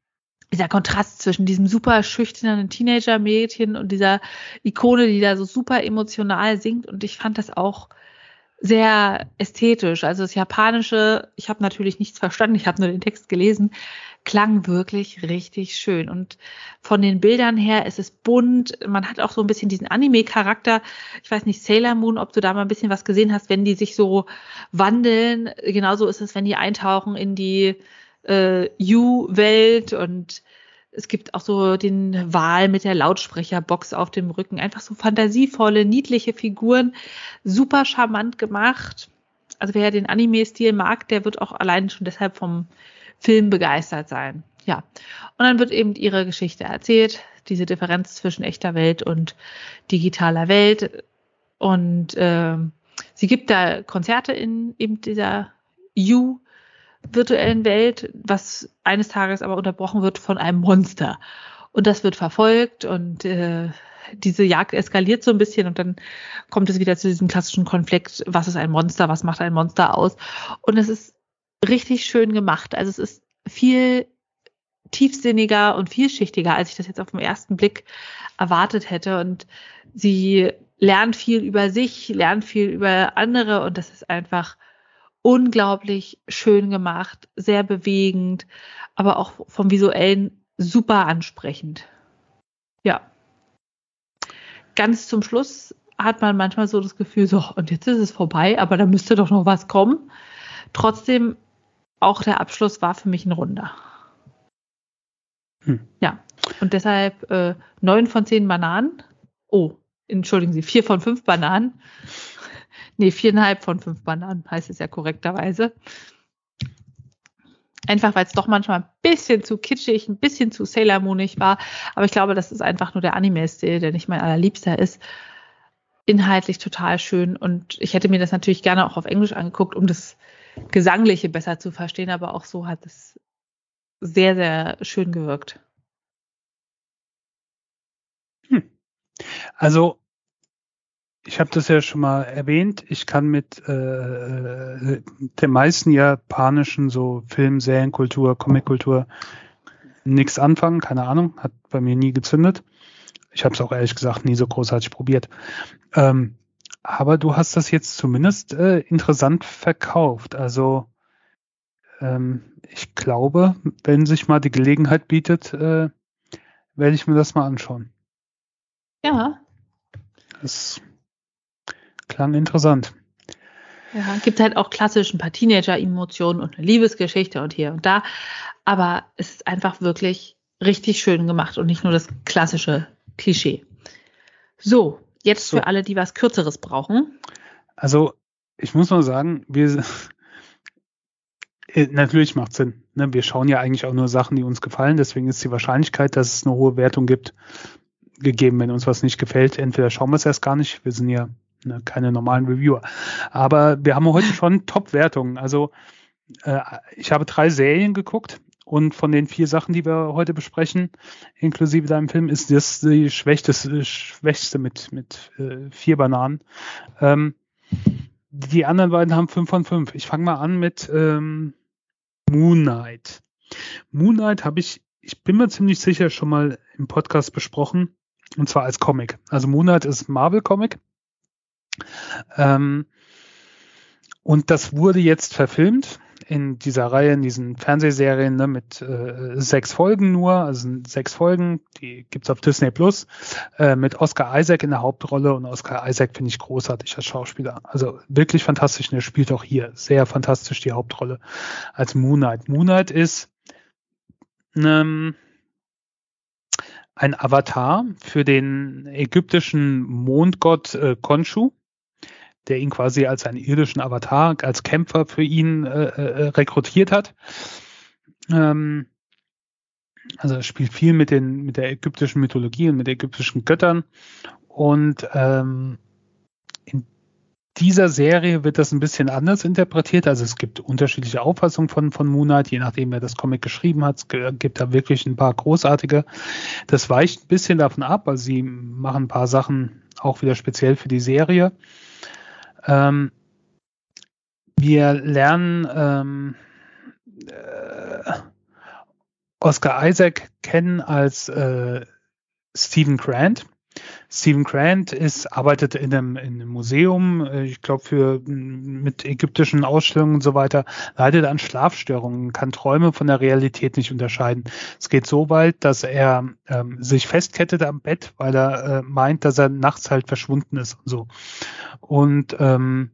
dieser Kontrast zwischen diesem super schüchternen Teenager-Mädchen und dieser Ikone, die da so super emotional singt. Und ich fand das auch sehr ästhetisch. Also das Japanische, ich habe natürlich nichts verstanden, ich habe nur den Text gelesen, klang wirklich richtig schön. Und von den Bildern her ist es bunt. Man hat auch so ein bisschen diesen Anime-Charakter. Ich weiß nicht, Sailor Moon, ob du da mal ein bisschen was gesehen hast, wenn die sich so wandeln. Genauso ist es, wenn die eintauchen in die äh, You-Welt. Und es gibt auch so den Wal mit der Lautsprecherbox auf dem Rücken. Einfach so fantasievolle, niedliche Figuren. Super charmant gemacht. Also wer den Anime-Stil mag, der wird auch allein schon deshalb vom Film begeistert sein. Ja. Und dann wird eben ihre Geschichte erzählt, diese Differenz zwischen echter Welt und digitaler Welt. Und äh, sie gibt da Konzerte in eben dieser You virtuellen Welt, was eines Tages aber unterbrochen wird von einem Monster. Und das wird verfolgt und äh, diese Jagd eskaliert so ein bisschen und dann kommt es wieder zu diesem klassischen Konflikt, was ist ein Monster, was macht ein Monster aus? Und es ist richtig schön gemacht. Also es ist viel tiefsinniger und vielschichtiger, als ich das jetzt auf den ersten Blick erwartet hätte. Und sie lernt viel über sich, lernt viel über andere und das ist einfach unglaublich schön gemacht, sehr bewegend, aber auch vom Visuellen super ansprechend. Ja. Ganz zum Schluss hat man manchmal so das Gefühl, so, und jetzt ist es vorbei, aber da müsste doch noch was kommen. Trotzdem, auch der Abschluss war für mich ein Runder. Hm. Ja, und deshalb äh, neun von zehn Bananen. Oh, entschuldigen Sie, vier von fünf Bananen. Nee, viereinhalb von fünf Bananen heißt es ja korrekterweise. Einfach, weil es doch manchmal ein bisschen zu kitschig, ein bisschen zu Sailor Moonig war. Aber ich glaube, das ist einfach nur der Anime-Stil, der nicht mein allerliebster ist. Inhaltlich total schön. Und ich hätte mir das natürlich gerne auch auf Englisch angeguckt, um das Gesangliche besser zu verstehen. Aber auch so hat es sehr, sehr schön gewirkt. Hm. Also, ich habe das ja schon mal erwähnt. Ich kann mit äh, der meisten japanischen so Film-, Serienkultur, Comickultur nichts anfangen. Keine Ahnung, hat bei mir nie gezündet. Ich habe es auch ehrlich gesagt nie so großartig probiert. Ähm, aber du hast das jetzt zumindest äh, interessant verkauft. Also ähm, ich glaube, wenn sich mal die Gelegenheit bietet, äh, werde ich mir das mal anschauen. Ja. Das klang interessant. Ja, gibt halt auch klassisch ein paar Teenager-Emotionen und eine Liebesgeschichte und hier und da. Aber es ist einfach wirklich richtig schön gemacht und nicht nur das klassische Klischee. So, jetzt so. Für alle, die was Kürzeres brauchen. Also, ich muss mal sagen, wir natürlich macht Sinn. Ne? Wir schauen ja eigentlich auch nur Sachen, die uns gefallen. Deswegen ist die Wahrscheinlichkeit, dass es eine hohe Wertung gibt, gegeben, wenn uns was nicht gefällt. Entweder schauen wir es erst gar nicht. Wir sind ja ne, keine normalen Reviewer. Aber wir haben heute schon Top-Wertungen. Also äh, ich habe drei Serien geguckt und von den vier Sachen, die wir heute besprechen, inklusive deinem Film, ist das die schwächste, schwächste mit, mit äh, vier Bananen. Ähm, die anderen beiden haben fünf von fünf. Ich fange mal an mit ähm, Moon Knight. Moon Knight habe ich, ich bin mir ziemlich sicher, schon mal im Podcast besprochen. Und zwar als Comic. Also Moon Knight ist ein Marvel-Comic. Ähm, und das wurde jetzt verfilmt in dieser Reihe, in diesen Fernsehserien ne, mit äh, sechs Folgen nur. Also sechs Folgen, die gibt's auf Disney Plus, äh, mit Oscar Isaac in der Hauptrolle. Und Oscar Isaac finde ich großartig als Schauspieler. Also wirklich fantastisch. Und er spielt auch hier sehr fantastisch die Hauptrolle als Moon Knight. Moon Knight ist ähm, ein Avatar für den ägyptischen Mondgott äh, Khonshu, der ihn quasi als einen irdischen Avatar, als Kämpfer für ihn äh, äh, rekrutiert hat. Ähm, also er spielt viel mit den mit der ägyptischen Mythologie und mit den ägyptischen Göttern. Und ähm, in dieser Serie wird das ein bisschen anders interpretiert. Also es gibt unterschiedliche Auffassungen von, von Moon Knight, je nachdem, wer das Comic geschrieben hat. Es gibt da wirklich ein paar großartige. Das weicht ein bisschen davon ab. Also sie machen ein paar Sachen auch wieder speziell für die Serie. Ähm, wir lernen ähm, äh, Oscar Isaac kennen als äh, Stephen Grant. Stephen Grant ist, arbeitet in einem, in einem Museum, ich glaube für mit ägyptischen Ausstellungen und so weiter, leidet an Schlafstörungen, kann Träume von der Realität nicht unterscheiden. Es geht so weit, dass er ähm, sich festkettet am Bett, weil er äh, meint, dass er nachts halt verschwunden ist und so. Und ähm,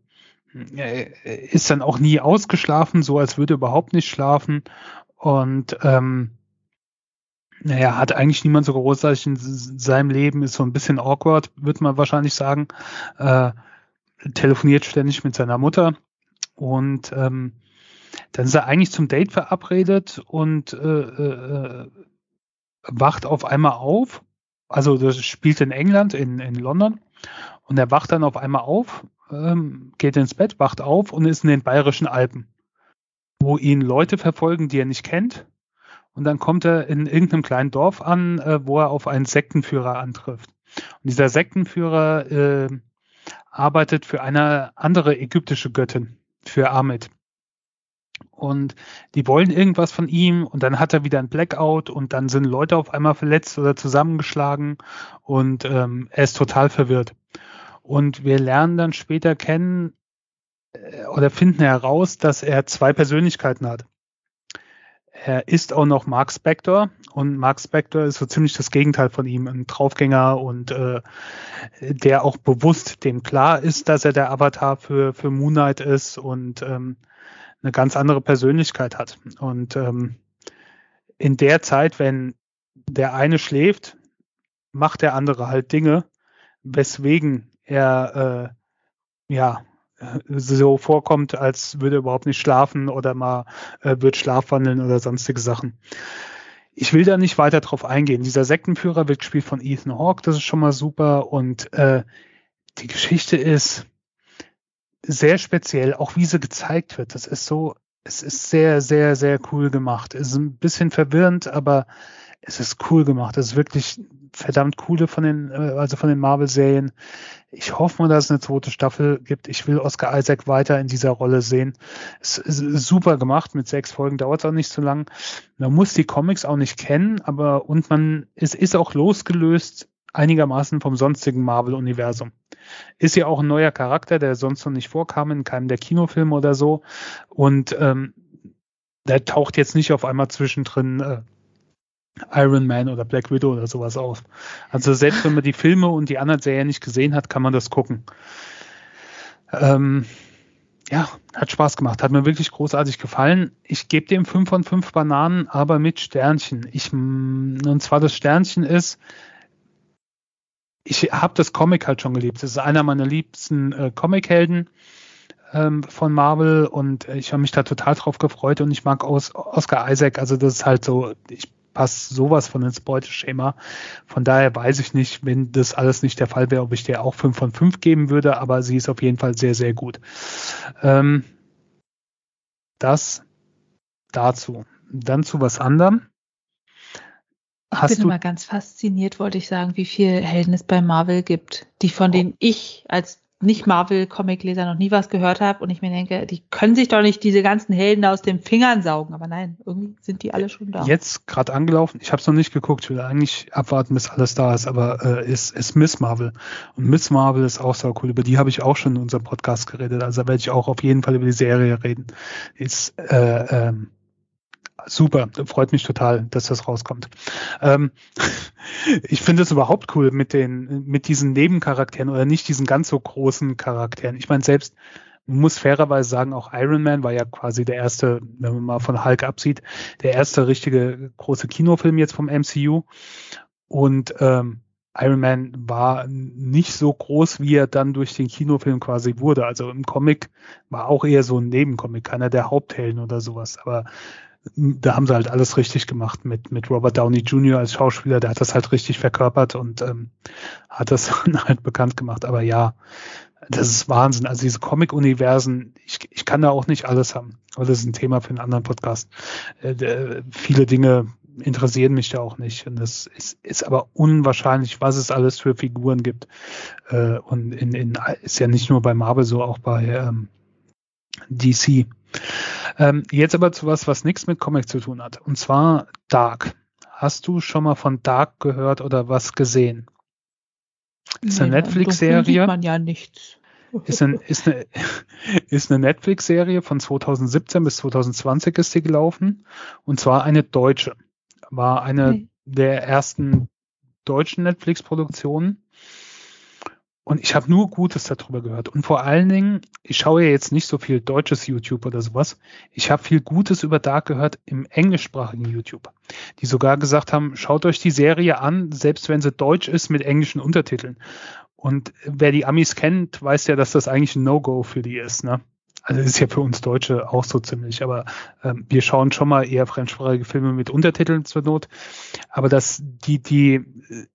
ist dann auch nie ausgeschlafen, so als würde er überhaupt nicht schlafen. Und ähm, naja, hat eigentlich niemand so großartig in seinem Leben, ist so ein bisschen awkward, würde man wahrscheinlich sagen. Äh, telefoniert ständig mit seiner Mutter und ähm, dann ist er eigentlich zum Date verabredet und äh, äh, wacht auf einmal auf. Also das spielt in England, in, in London, und er wacht dann auf einmal auf, ähm, geht ins Bett, wacht auf und ist in den Bayerischen Alpen, wo ihn Leute verfolgen, die er nicht kennt. Und dann kommt er in irgendeinem kleinen Dorf an, äh, wo er auf einen Sektenführer antrifft. Und dieser Sektenführer äh, arbeitet für eine andere ägyptische Göttin, für Amet. Und die wollen irgendwas von ihm und dann hat er wieder ein Blackout und dann sind Leute auf einmal verletzt oder zusammengeschlagen und ähm, er ist total verwirrt. Und wir lernen dann später kennen äh, oder finden heraus, dass er zwei Persönlichkeiten hat. Er ist auch noch Mark Spector und Mark Spector ist so ziemlich das Gegenteil von ihm, ein Draufgänger und äh, der auch bewusst dem klar ist, dass er der Avatar für, für Moon Knight ist und ähm, eine ganz andere Persönlichkeit hat. Und ähm, in der Zeit, wenn der eine schläft, macht der andere halt Dinge, weswegen er äh, ja so vorkommt, als würde er überhaupt nicht schlafen oder mal äh, wird schlafwandeln oder sonstige Sachen. Ich will da nicht weiter drauf eingehen. Dieser Sektenführer wird gespielt von Ethan Hawke, das ist schon mal super. Und äh, die Geschichte ist sehr speziell, auch wie sie gezeigt wird. Das ist so, es ist sehr, sehr, sehr cool gemacht. Es ist ein bisschen verwirrend, aber es ist cool gemacht. Es ist wirklich verdammt coole von den, also von den Marvel-Serien. Ich hoffe mal, dass es eine zweite Staffel gibt. Ich will Oscar Isaac weiter in dieser Rolle sehen. Es ist super gemacht. Mit sechs Folgen dauert es auch nicht so lang. Man muss die Comics auch nicht kennen, aber und man, es ist auch losgelöst einigermaßen vom sonstigen Marvel-Universum. Ist ja auch ein neuer Charakter, der sonst noch nicht vorkam in keinem der Kinofilme oder so. Und ähm, der taucht jetzt nicht auf einmal zwischendrin äh, Iron Man oder Black Widow oder sowas auf. Also selbst wenn man die Filme und die anderen Serien nicht gesehen hat, kann man das gucken. Ähm, ja, hat Spaß gemacht, hat mir wirklich großartig gefallen. Ich gebe dem fünf von fünf Bananen, aber mit Sternchen. Ich, und zwar das Sternchen ist, ich habe das Comic halt schon geliebt. Das ist einer meiner liebsten äh, Comichelden ähm, von Marvel und ich habe mich da total drauf gefreut und ich mag Os- Oscar Isaac, also das ist halt so, ich passt sowas von ins Beuteschema. Von daher weiß ich nicht, wenn das alles nicht der Fall wäre, ob ich dir auch fünf von fünf geben würde, aber sie ist auf jeden Fall sehr, sehr gut. Ähm, das dazu. Dann zu was anderem. Hast ich bin du immer ganz fasziniert, wollte ich sagen, wie viel Helden es bei Marvel gibt, die von oh. denen ich als Nicht-Marvel-Comic-Leser noch nie was gehört habe und ich mir denke, die können sich doch nicht diese ganzen Helden aus den Fingern saugen, aber nein, irgendwie sind die alle schon da. Jetzt gerade angelaufen, ich habe es noch nicht geguckt, ich will eigentlich abwarten, bis alles da ist, aber äh, ist, ist Miss Marvel und Miss Marvel ist auch so cool, über die habe ich auch schon in unserem Podcast geredet, also da werde ich auch auf jeden Fall über die Serie reden. Ist äh, ähm, super, freut mich total, dass das rauskommt. Ähm, ich finde es überhaupt cool mit den, mit diesen Nebencharakteren oder nicht diesen ganz so großen Charakteren. Ich meine, selbst, man muss fairerweise sagen, auch Iron Man war ja quasi der erste, wenn man mal von Hulk absieht, der erste richtige große Kinofilm jetzt vom M C U. Und ähm, Iron Man war nicht so groß, wie er dann durch den Kinofilm quasi wurde. Also im Comic war auch eher so ein Nebencomic, keiner der Haupthelden oder sowas. Aber da haben sie halt alles richtig gemacht mit mit Robert Downey Junior als Schauspieler, der hat das halt richtig verkörpert und ähm, hat das dann halt bekannt gemacht. Aber ja, das ist Wahnsinn. Also diese Comic-Universen, ich, ich kann da auch nicht alles haben. Aber das ist ein Thema für einen anderen Podcast. Äh, äh, viele Dinge interessieren mich da auch nicht. Und das ist, ist aber unwahrscheinlich, was es alles für Figuren gibt. Äh, und in, in, ist ja nicht nur bei Marvel so, auch bei ähm, D C. Ähm, jetzt aber zu was, was nichts mit Comic zu tun hat. Und zwar Dark. Hast du schon mal von Dark gehört oder was gesehen? Ist eine Nee, im Dunkeln sieht Netflix-Serie. man ja nichts. Ist, ein, ist eine, ist eine Netflix-Serie von zweitausendsiebzehn bis zweitausendzwanzig ist die gelaufen. Und zwar eine deutsche. War eine Okay. der ersten deutschen Netflix-Produktionen. Und ich habe nur Gutes darüber gehört. Und vor allen Dingen, ich schaue ja jetzt nicht so viel deutsches YouTube oder sowas. Ich habe viel Gutes über Dark gehört im englischsprachigen YouTube. Die sogar gesagt haben, schaut euch die Serie an, selbst wenn sie deutsch ist mit englischen Untertiteln. Und wer die Amis kennt, weiß ja, dass das eigentlich ein No-Go für die ist, ne? Also ist ja für uns Deutsche auch so ziemlich, aber ähm, wir schauen schon mal eher fremdsprachige Filme mit Untertiteln zur Not. Aber dass die, die äh,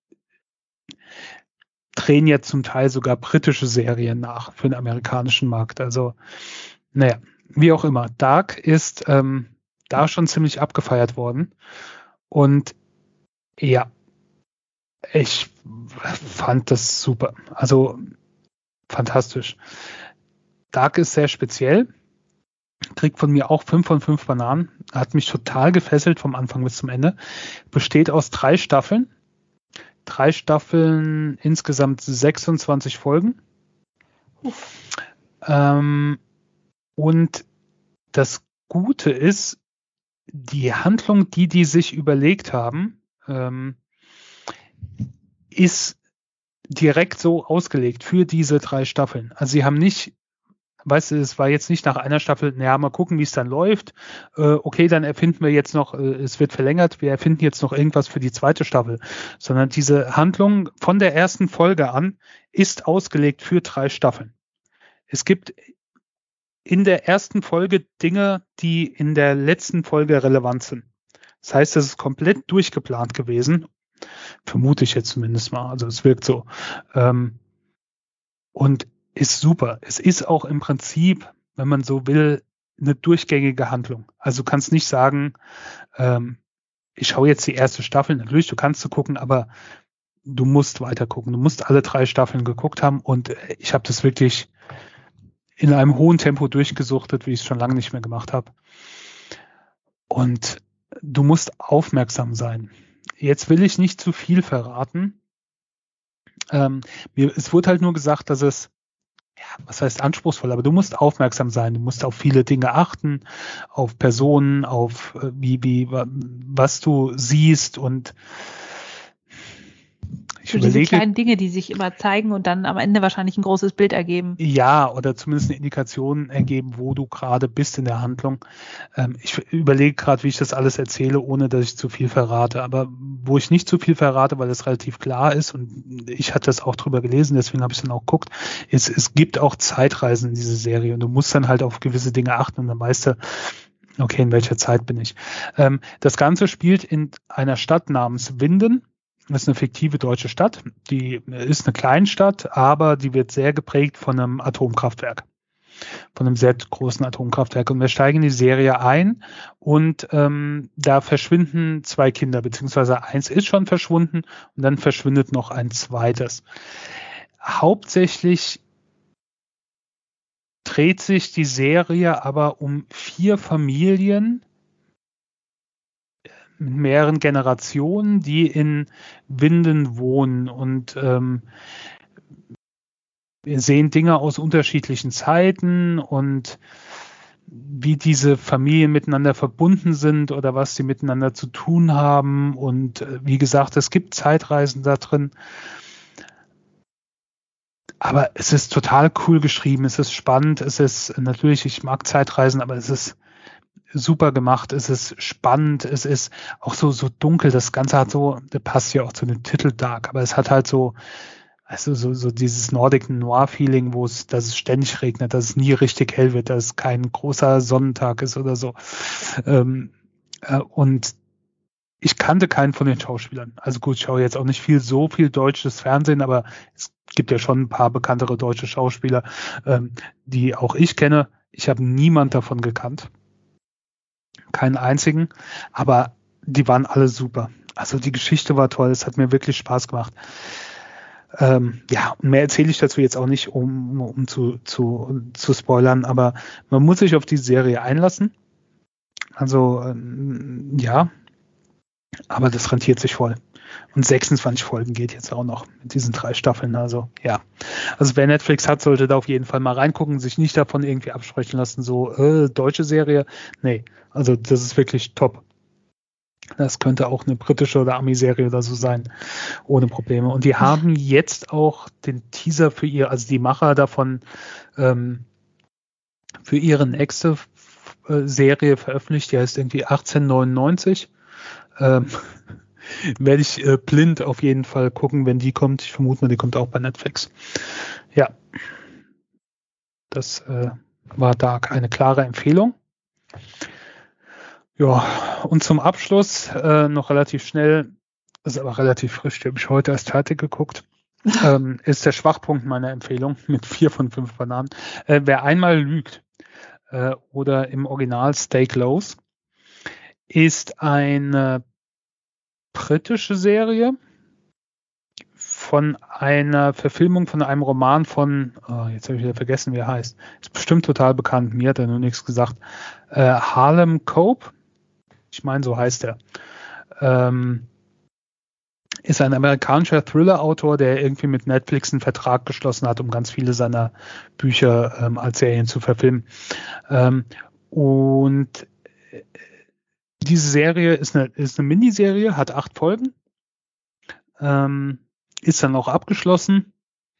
drehen ja zum Teil sogar britische Serien nach für den amerikanischen Markt. Also, naja, wie auch immer. Dark ist ähm, da schon ziemlich abgefeiert worden. Und ja, ich fand das super. Also fantastisch. Dark ist sehr speziell. Kriegt von mir auch fünf von fünf Bananen. Hat mich total gefesselt vom Anfang bis zum Ende. Besteht aus drei Staffeln. Drei Staffeln, insgesamt sechsundzwanzig Folgen. Ähm, und das Gute ist, die Handlung, die die sich überlegt haben, ähm, ist direkt so ausgelegt für diese drei Staffeln. Also sie haben nicht, weißt du, es war jetzt nicht nach einer Staffel, naja, mal gucken, wie es dann läuft. Äh, okay, dann erfinden wir jetzt noch, äh, es wird verlängert, wir erfinden jetzt noch irgendwas für die zweite Staffel. Sondern diese Handlung von der ersten Folge an ist ausgelegt für drei Staffeln. Es gibt in der ersten Folge Dinge, die in der letzten Folge relevant sind. Das heißt, es ist komplett durchgeplant gewesen. Vermute ich jetzt zumindest mal. Also es wirkt so. Ähm, und ist super. Es ist auch im Prinzip, wenn man so will, eine durchgängige Handlung. Also du kannst nicht sagen, ähm, ich schaue jetzt die erste Staffel. Natürlich, du kannst du gucken, aber du musst weiter gucken. Du musst alle drei Staffeln geguckt haben und ich habe das wirklich in einem hohen Tempo durchgesuchtet, wie ich es schon lange nicht mehr gemacht habe. Und du musst aufmerksam sein. Jetzt will ich nicht zu viel verraten. Ähm, mir, es wurde halt nur gesagt, dass es, ja, was heißt anspruchsvoll, aber du musst aufmerksam sein. Du musst auf viele Dinge achten, auf Personen, auf äh, wie, wie, was du siehst und ich so überlege, diese kleinen Dinge, die sich immer zeigen und dann am Ende wahrscheinlich ein großes Bild ergeben. Ja, oder zumindest eine Indikation ergeben, wo du gerade bist in der Handlung. Ähm, ich überlege gerade, wie ich das alles erzähle, ohne dass ich zu viel verrate. Aber wo ich nicht zu viel verrate, weil es relativ klar ist und ich hatte das auch drüber gelesen, deswegen habe ich es dann auch geguckt, ist, es gibt auch Zeitreisen in dieser Serie und du musst dann halt auf gewisse Dinge achten und dann weißt du, okay, in welcher Zeit bin ich. Ähm, das Ganze spielt in einer Stadt namens Winden. Das ist eine fiktive deutsche Stadt. Die ist eine Kleinstadt, aber die wird sehr geprägt von einem Atomkraftwerk. Von einem sehr großen Atomkraftwerk. Und wir steigen in die Serie ein und ähm, da verschwinden zwei Kinder, beziehungsweise eins ist schon verschwunden und dann verschwindet noch ein zweites. Hauptsächlich dreht sich die Serie aber um vier Familien mit mehreren Generationen, die in Winden wohnen und ähm, wir sehen Dinge aus unterschiedlichen Zeiten und wie diese Familien miteinander verbunden sind oder was sie miteinander zu tun haben und äh, wie gesagt, es gibt Zeitreisen da drin. Aber es ist total cool geschrieben, es ist spannend, es ist natürlich, ich mag Zeitreisen, aber es ist super gemacht, es ist spannend, es ist auch so so dunkel, das Ganze hat so, das passt ja auch zu dem Titel Dark, aber es hat halt so, also so, so dieses Nordic Noir Feeling, wo es, dass es ständig regnet, dass es nie richtig hell wird, dass es kein großer Sonnentag ist oder so. Ähm, äh, und ich kannte keinen von den Schauspielern. Also gut, ich schaue jetzt auch nicht viel, so viel deutsches Fernsehen, aber es gibt ja schon ein paar bekanntere deutsche Schauspieler, ähm, die auch ich kenne. Ich habe niemand davon gekannt. Keinen einzigen, aber die waren alle super. Also die Geschichte war toll, es hat mir wirklich Spaß gemacht. Ähm, ja, und mehr erzähle ich dazu jetzt auch nicht, um, um zu, zu, zu spoilern, aber man muss sich auf die Serie einlassen. Also ähm, ja, aber das rentiert sich voll. Und sechsundzwanzig Folgen geht jetzt auch noch mit diesen drei Staffeln. Also ja, also wer Netflix hat, sollte da auf jeden Fall mal reingucken, sich nicht davon irgendwie absprechen lassen, so äh, deutsche Serie. Nee, also das ist wirklich top. Das könnte auch eine britische oder Ami-Serie oder so sein, ohne Probleme. Und die haben jetzt auch den Teaser für ihr, also die Macher davon, ähm, für ihre nächste äh, Serie veröffentlicht. Die heißt irgendwie achtzehnhundertneunundneunzig. Ähm, werde ich äh, blind auf jeden Fall gucken, wenn die kommt. Ich vermute mal, die kommt auch bei Netflix. Ja, das äh, war da eine klare Empfehlung. Ja, und zum Abschluss äh, noch relativ schnell, ist aber relativ frisch, die habe ich heute erst fertig geguckt, ähm, ist der Schwachpunkt meiner Empfehlung mit vier von fünf Bananen. Äh, wer einmal lügt äh, oder im Original Stay Close, ist eine britische Serie von einer Verfilmung von einem Roman von, oh, jetzt habe ich wieder vergessen, wie er heißt. Ist bestimmt total bekannt, mir hat er nur nichts gesagt. Äh, Harlem Cope, ich meine, so heißt er. Ähm, ist ein amerikanischer Thriller-Autor, der irgendwie mit Netflix einen Vertrag geschlossen hat, um ganz viele seiner Bücher ähm, als Serien zu verfilmen. Ähm, und diese Serie ist eine, ist eine Miniserie, hat acht Folgen, ähm, ist dann auch abgeschlossen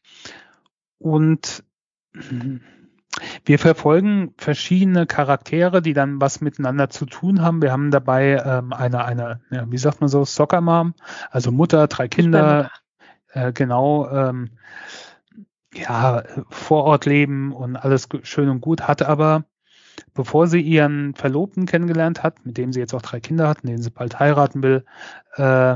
und wir verfolgen verschiedene Charaktere, die dann was miteinander zu tun haben. Wir haben dabei ähm, eine, eine, ja, wie sagt man so, Soccer Mom, also Mutter, drei Kinder, äh, genau, ähm, ja, vor Ort leben und alles schön und gut, hatte aber, bevor sie ihren Verlobten kennengelernt hat, mit dem sie jetzt auch drei Kinder hat, den sie bald heiraten will, äh,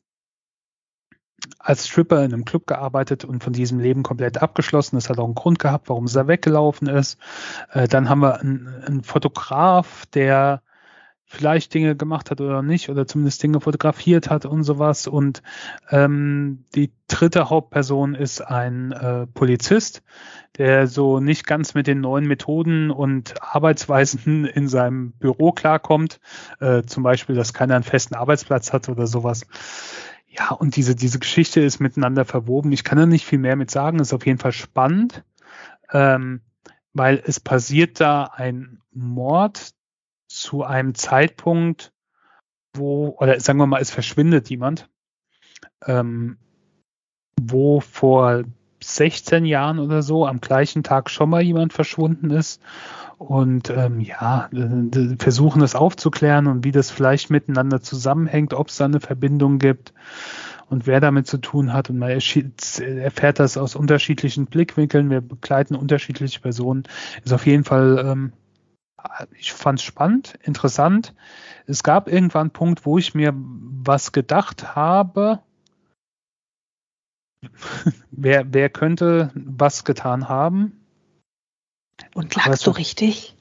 als Stripper in einem Club gearbeitet und von diesem Leben komplett abgeschlossen. Das hat auch einen Grund gehabt, warum sie da weggelaufen ist. Äh, dann haben wir einen, einen Fotograf, der vielleicht Dinge gemacht hat oder nicht, oder zumindest Dinge fotografiert hat und sowas. Und ähm, die dritte Hauptperson ist ein äh, Polizist, der so nicht ganz mit den neuen Methoden und Arbeitsweisen in seinem Büro klarkommt. Äh, zum Beispiel, dass keiner einen festen Arbeitsplatz hat oder sowas. Ja, und diese, diese Geschichte ist miteinander verwoben. Ich kann da nicht viel mehr mit sagen. Ist auf jeden Fall spannend, ähm, weil es passiert da ein Mord zu einem Zeitpunkt, wo, oder sagen wir mal, es verschwindet jemand, ähm, wo vor sechzehn Jahren oder so am gleichen Tag schon mal jemand verschwunden ist. Und ähm, ja, versuchen das aufzuklären und wie das vielleicht miteinander zusammenhängt, ob es da eine Verbindung gibt und wer damit zu tun hat. Und man erfährt das aus unterschiedlichen Blickwinkeln. Wir begleiten unterschiedliche Personen. Ist auf jeden Fall, ähm, ich fand es spannend, interessant. Es gab irgendwann einen Punkt, wo ich mir was gedacht habe, wer, wer könnte was getan haben. Und lagst du richtig?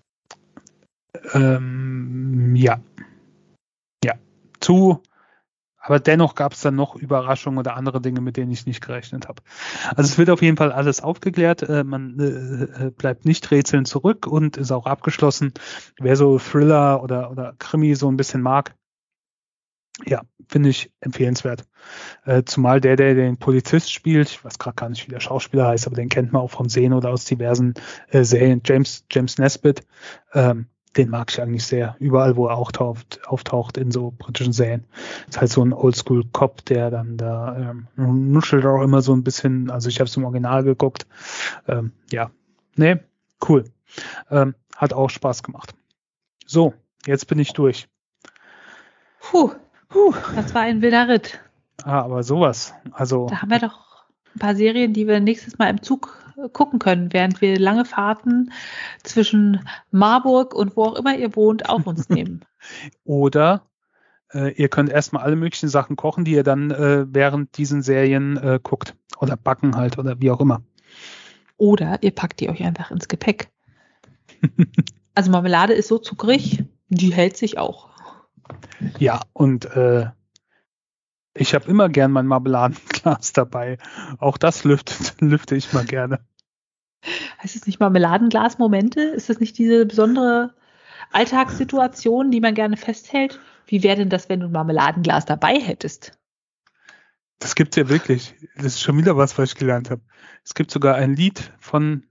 Ähm, ja. Ja. Zu, aber dennoch gab es dann noch Überraschungen oder andere Dinge, mit denen ich nicht gerechnet habe. Also es wird auf jeden Fall alles aufgeklärt. Äh, man äh, bleibt nicht rätseln zurück und ist auch abgeschlossen. Wer so Thriller oder, oder Krimi so ein bisschen mag, ja, finde ich empfehlenswert. Äh, zumal der, der den Polizist spielt, ich weiß gerade gar nicht, wie der Schauspieler heißt, aber den kennt man auch vom Sehen oder aus diversen äh, Serien, James, James Nesbitt, ähm, den mag ich eigentlich sehr. Überall, wo er auch taucht, auftaucht in so britischen Serien. Ist halt so ein Oldschool-Cop, der dann da ähm, nuschelt auch immer so ein bisschen, also ich habe es im Original geguckt. Ähm, ja, nee, cool. Ähm, hat auch Spaß gemacht. So, jetzt bin ich durch. Puh. Puh, das war ein wilder Ritt. Ah, aber sowas. Also. Da haben wir doch ein paar Serien, die wir nächstes Mal im Zug gucken können, während wir lange Fahrten zwischen Marburg und wo auch immer ihr wohnt auf uns nehmen. Oder äh, ihr könnt erstmal alle möglichen Sachen kochen, die ihr dann äh, während diesen Serien äh, guckt. Oder backen halt oder wie auch immer. Oder ihr packt die euch einfach ins Gepäck. Also Marmelade ist so zuckrig, die hält sich auch. Ja, und äh, ich habe immer gern mein Marmeladenglas dabei. Auch das lüftet, lüfte ich mal gerne. Heißt es nicht Marmeladenglas-Momente? Ist das nicht diese besondere Alltagssituationen, die man gerne festhält. Wie wäre denn das, wenn du ein Marmeladenglas dabei hättest? Das gibt's ja wirklich. Das ist schon wieder was, was ich gelernt habe. Es gibt sogar ein Lied von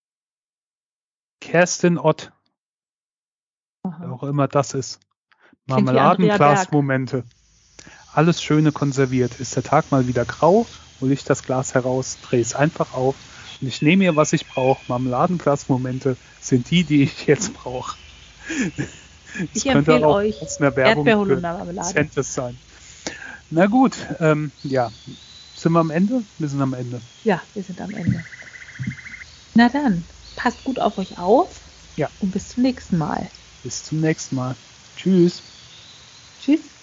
Kerstin Ott. Aha. Auch immer das ist. Marmeladenglas-Momente. Alles Schöne konserviert. Ist der Tag mal wieder grau, hole ich das Glas heraus, drehe es einfach auf und ich nehme mir, was ich brauche. Marmeladenglas-Momente sind die, die ich jetzt brauche. Ich empfehle euch Erdbeerholunder-Marmelade sein. Na gut, ähm, ja. Sind wir am Ende? Wir sind am Ende. Ja, wir sind am Ende. Na dann, passt gut auf euch auf. Ja. Und bis zum nächsten Mal. Bis zum nächsten Mal. Tschüss. Tschüss.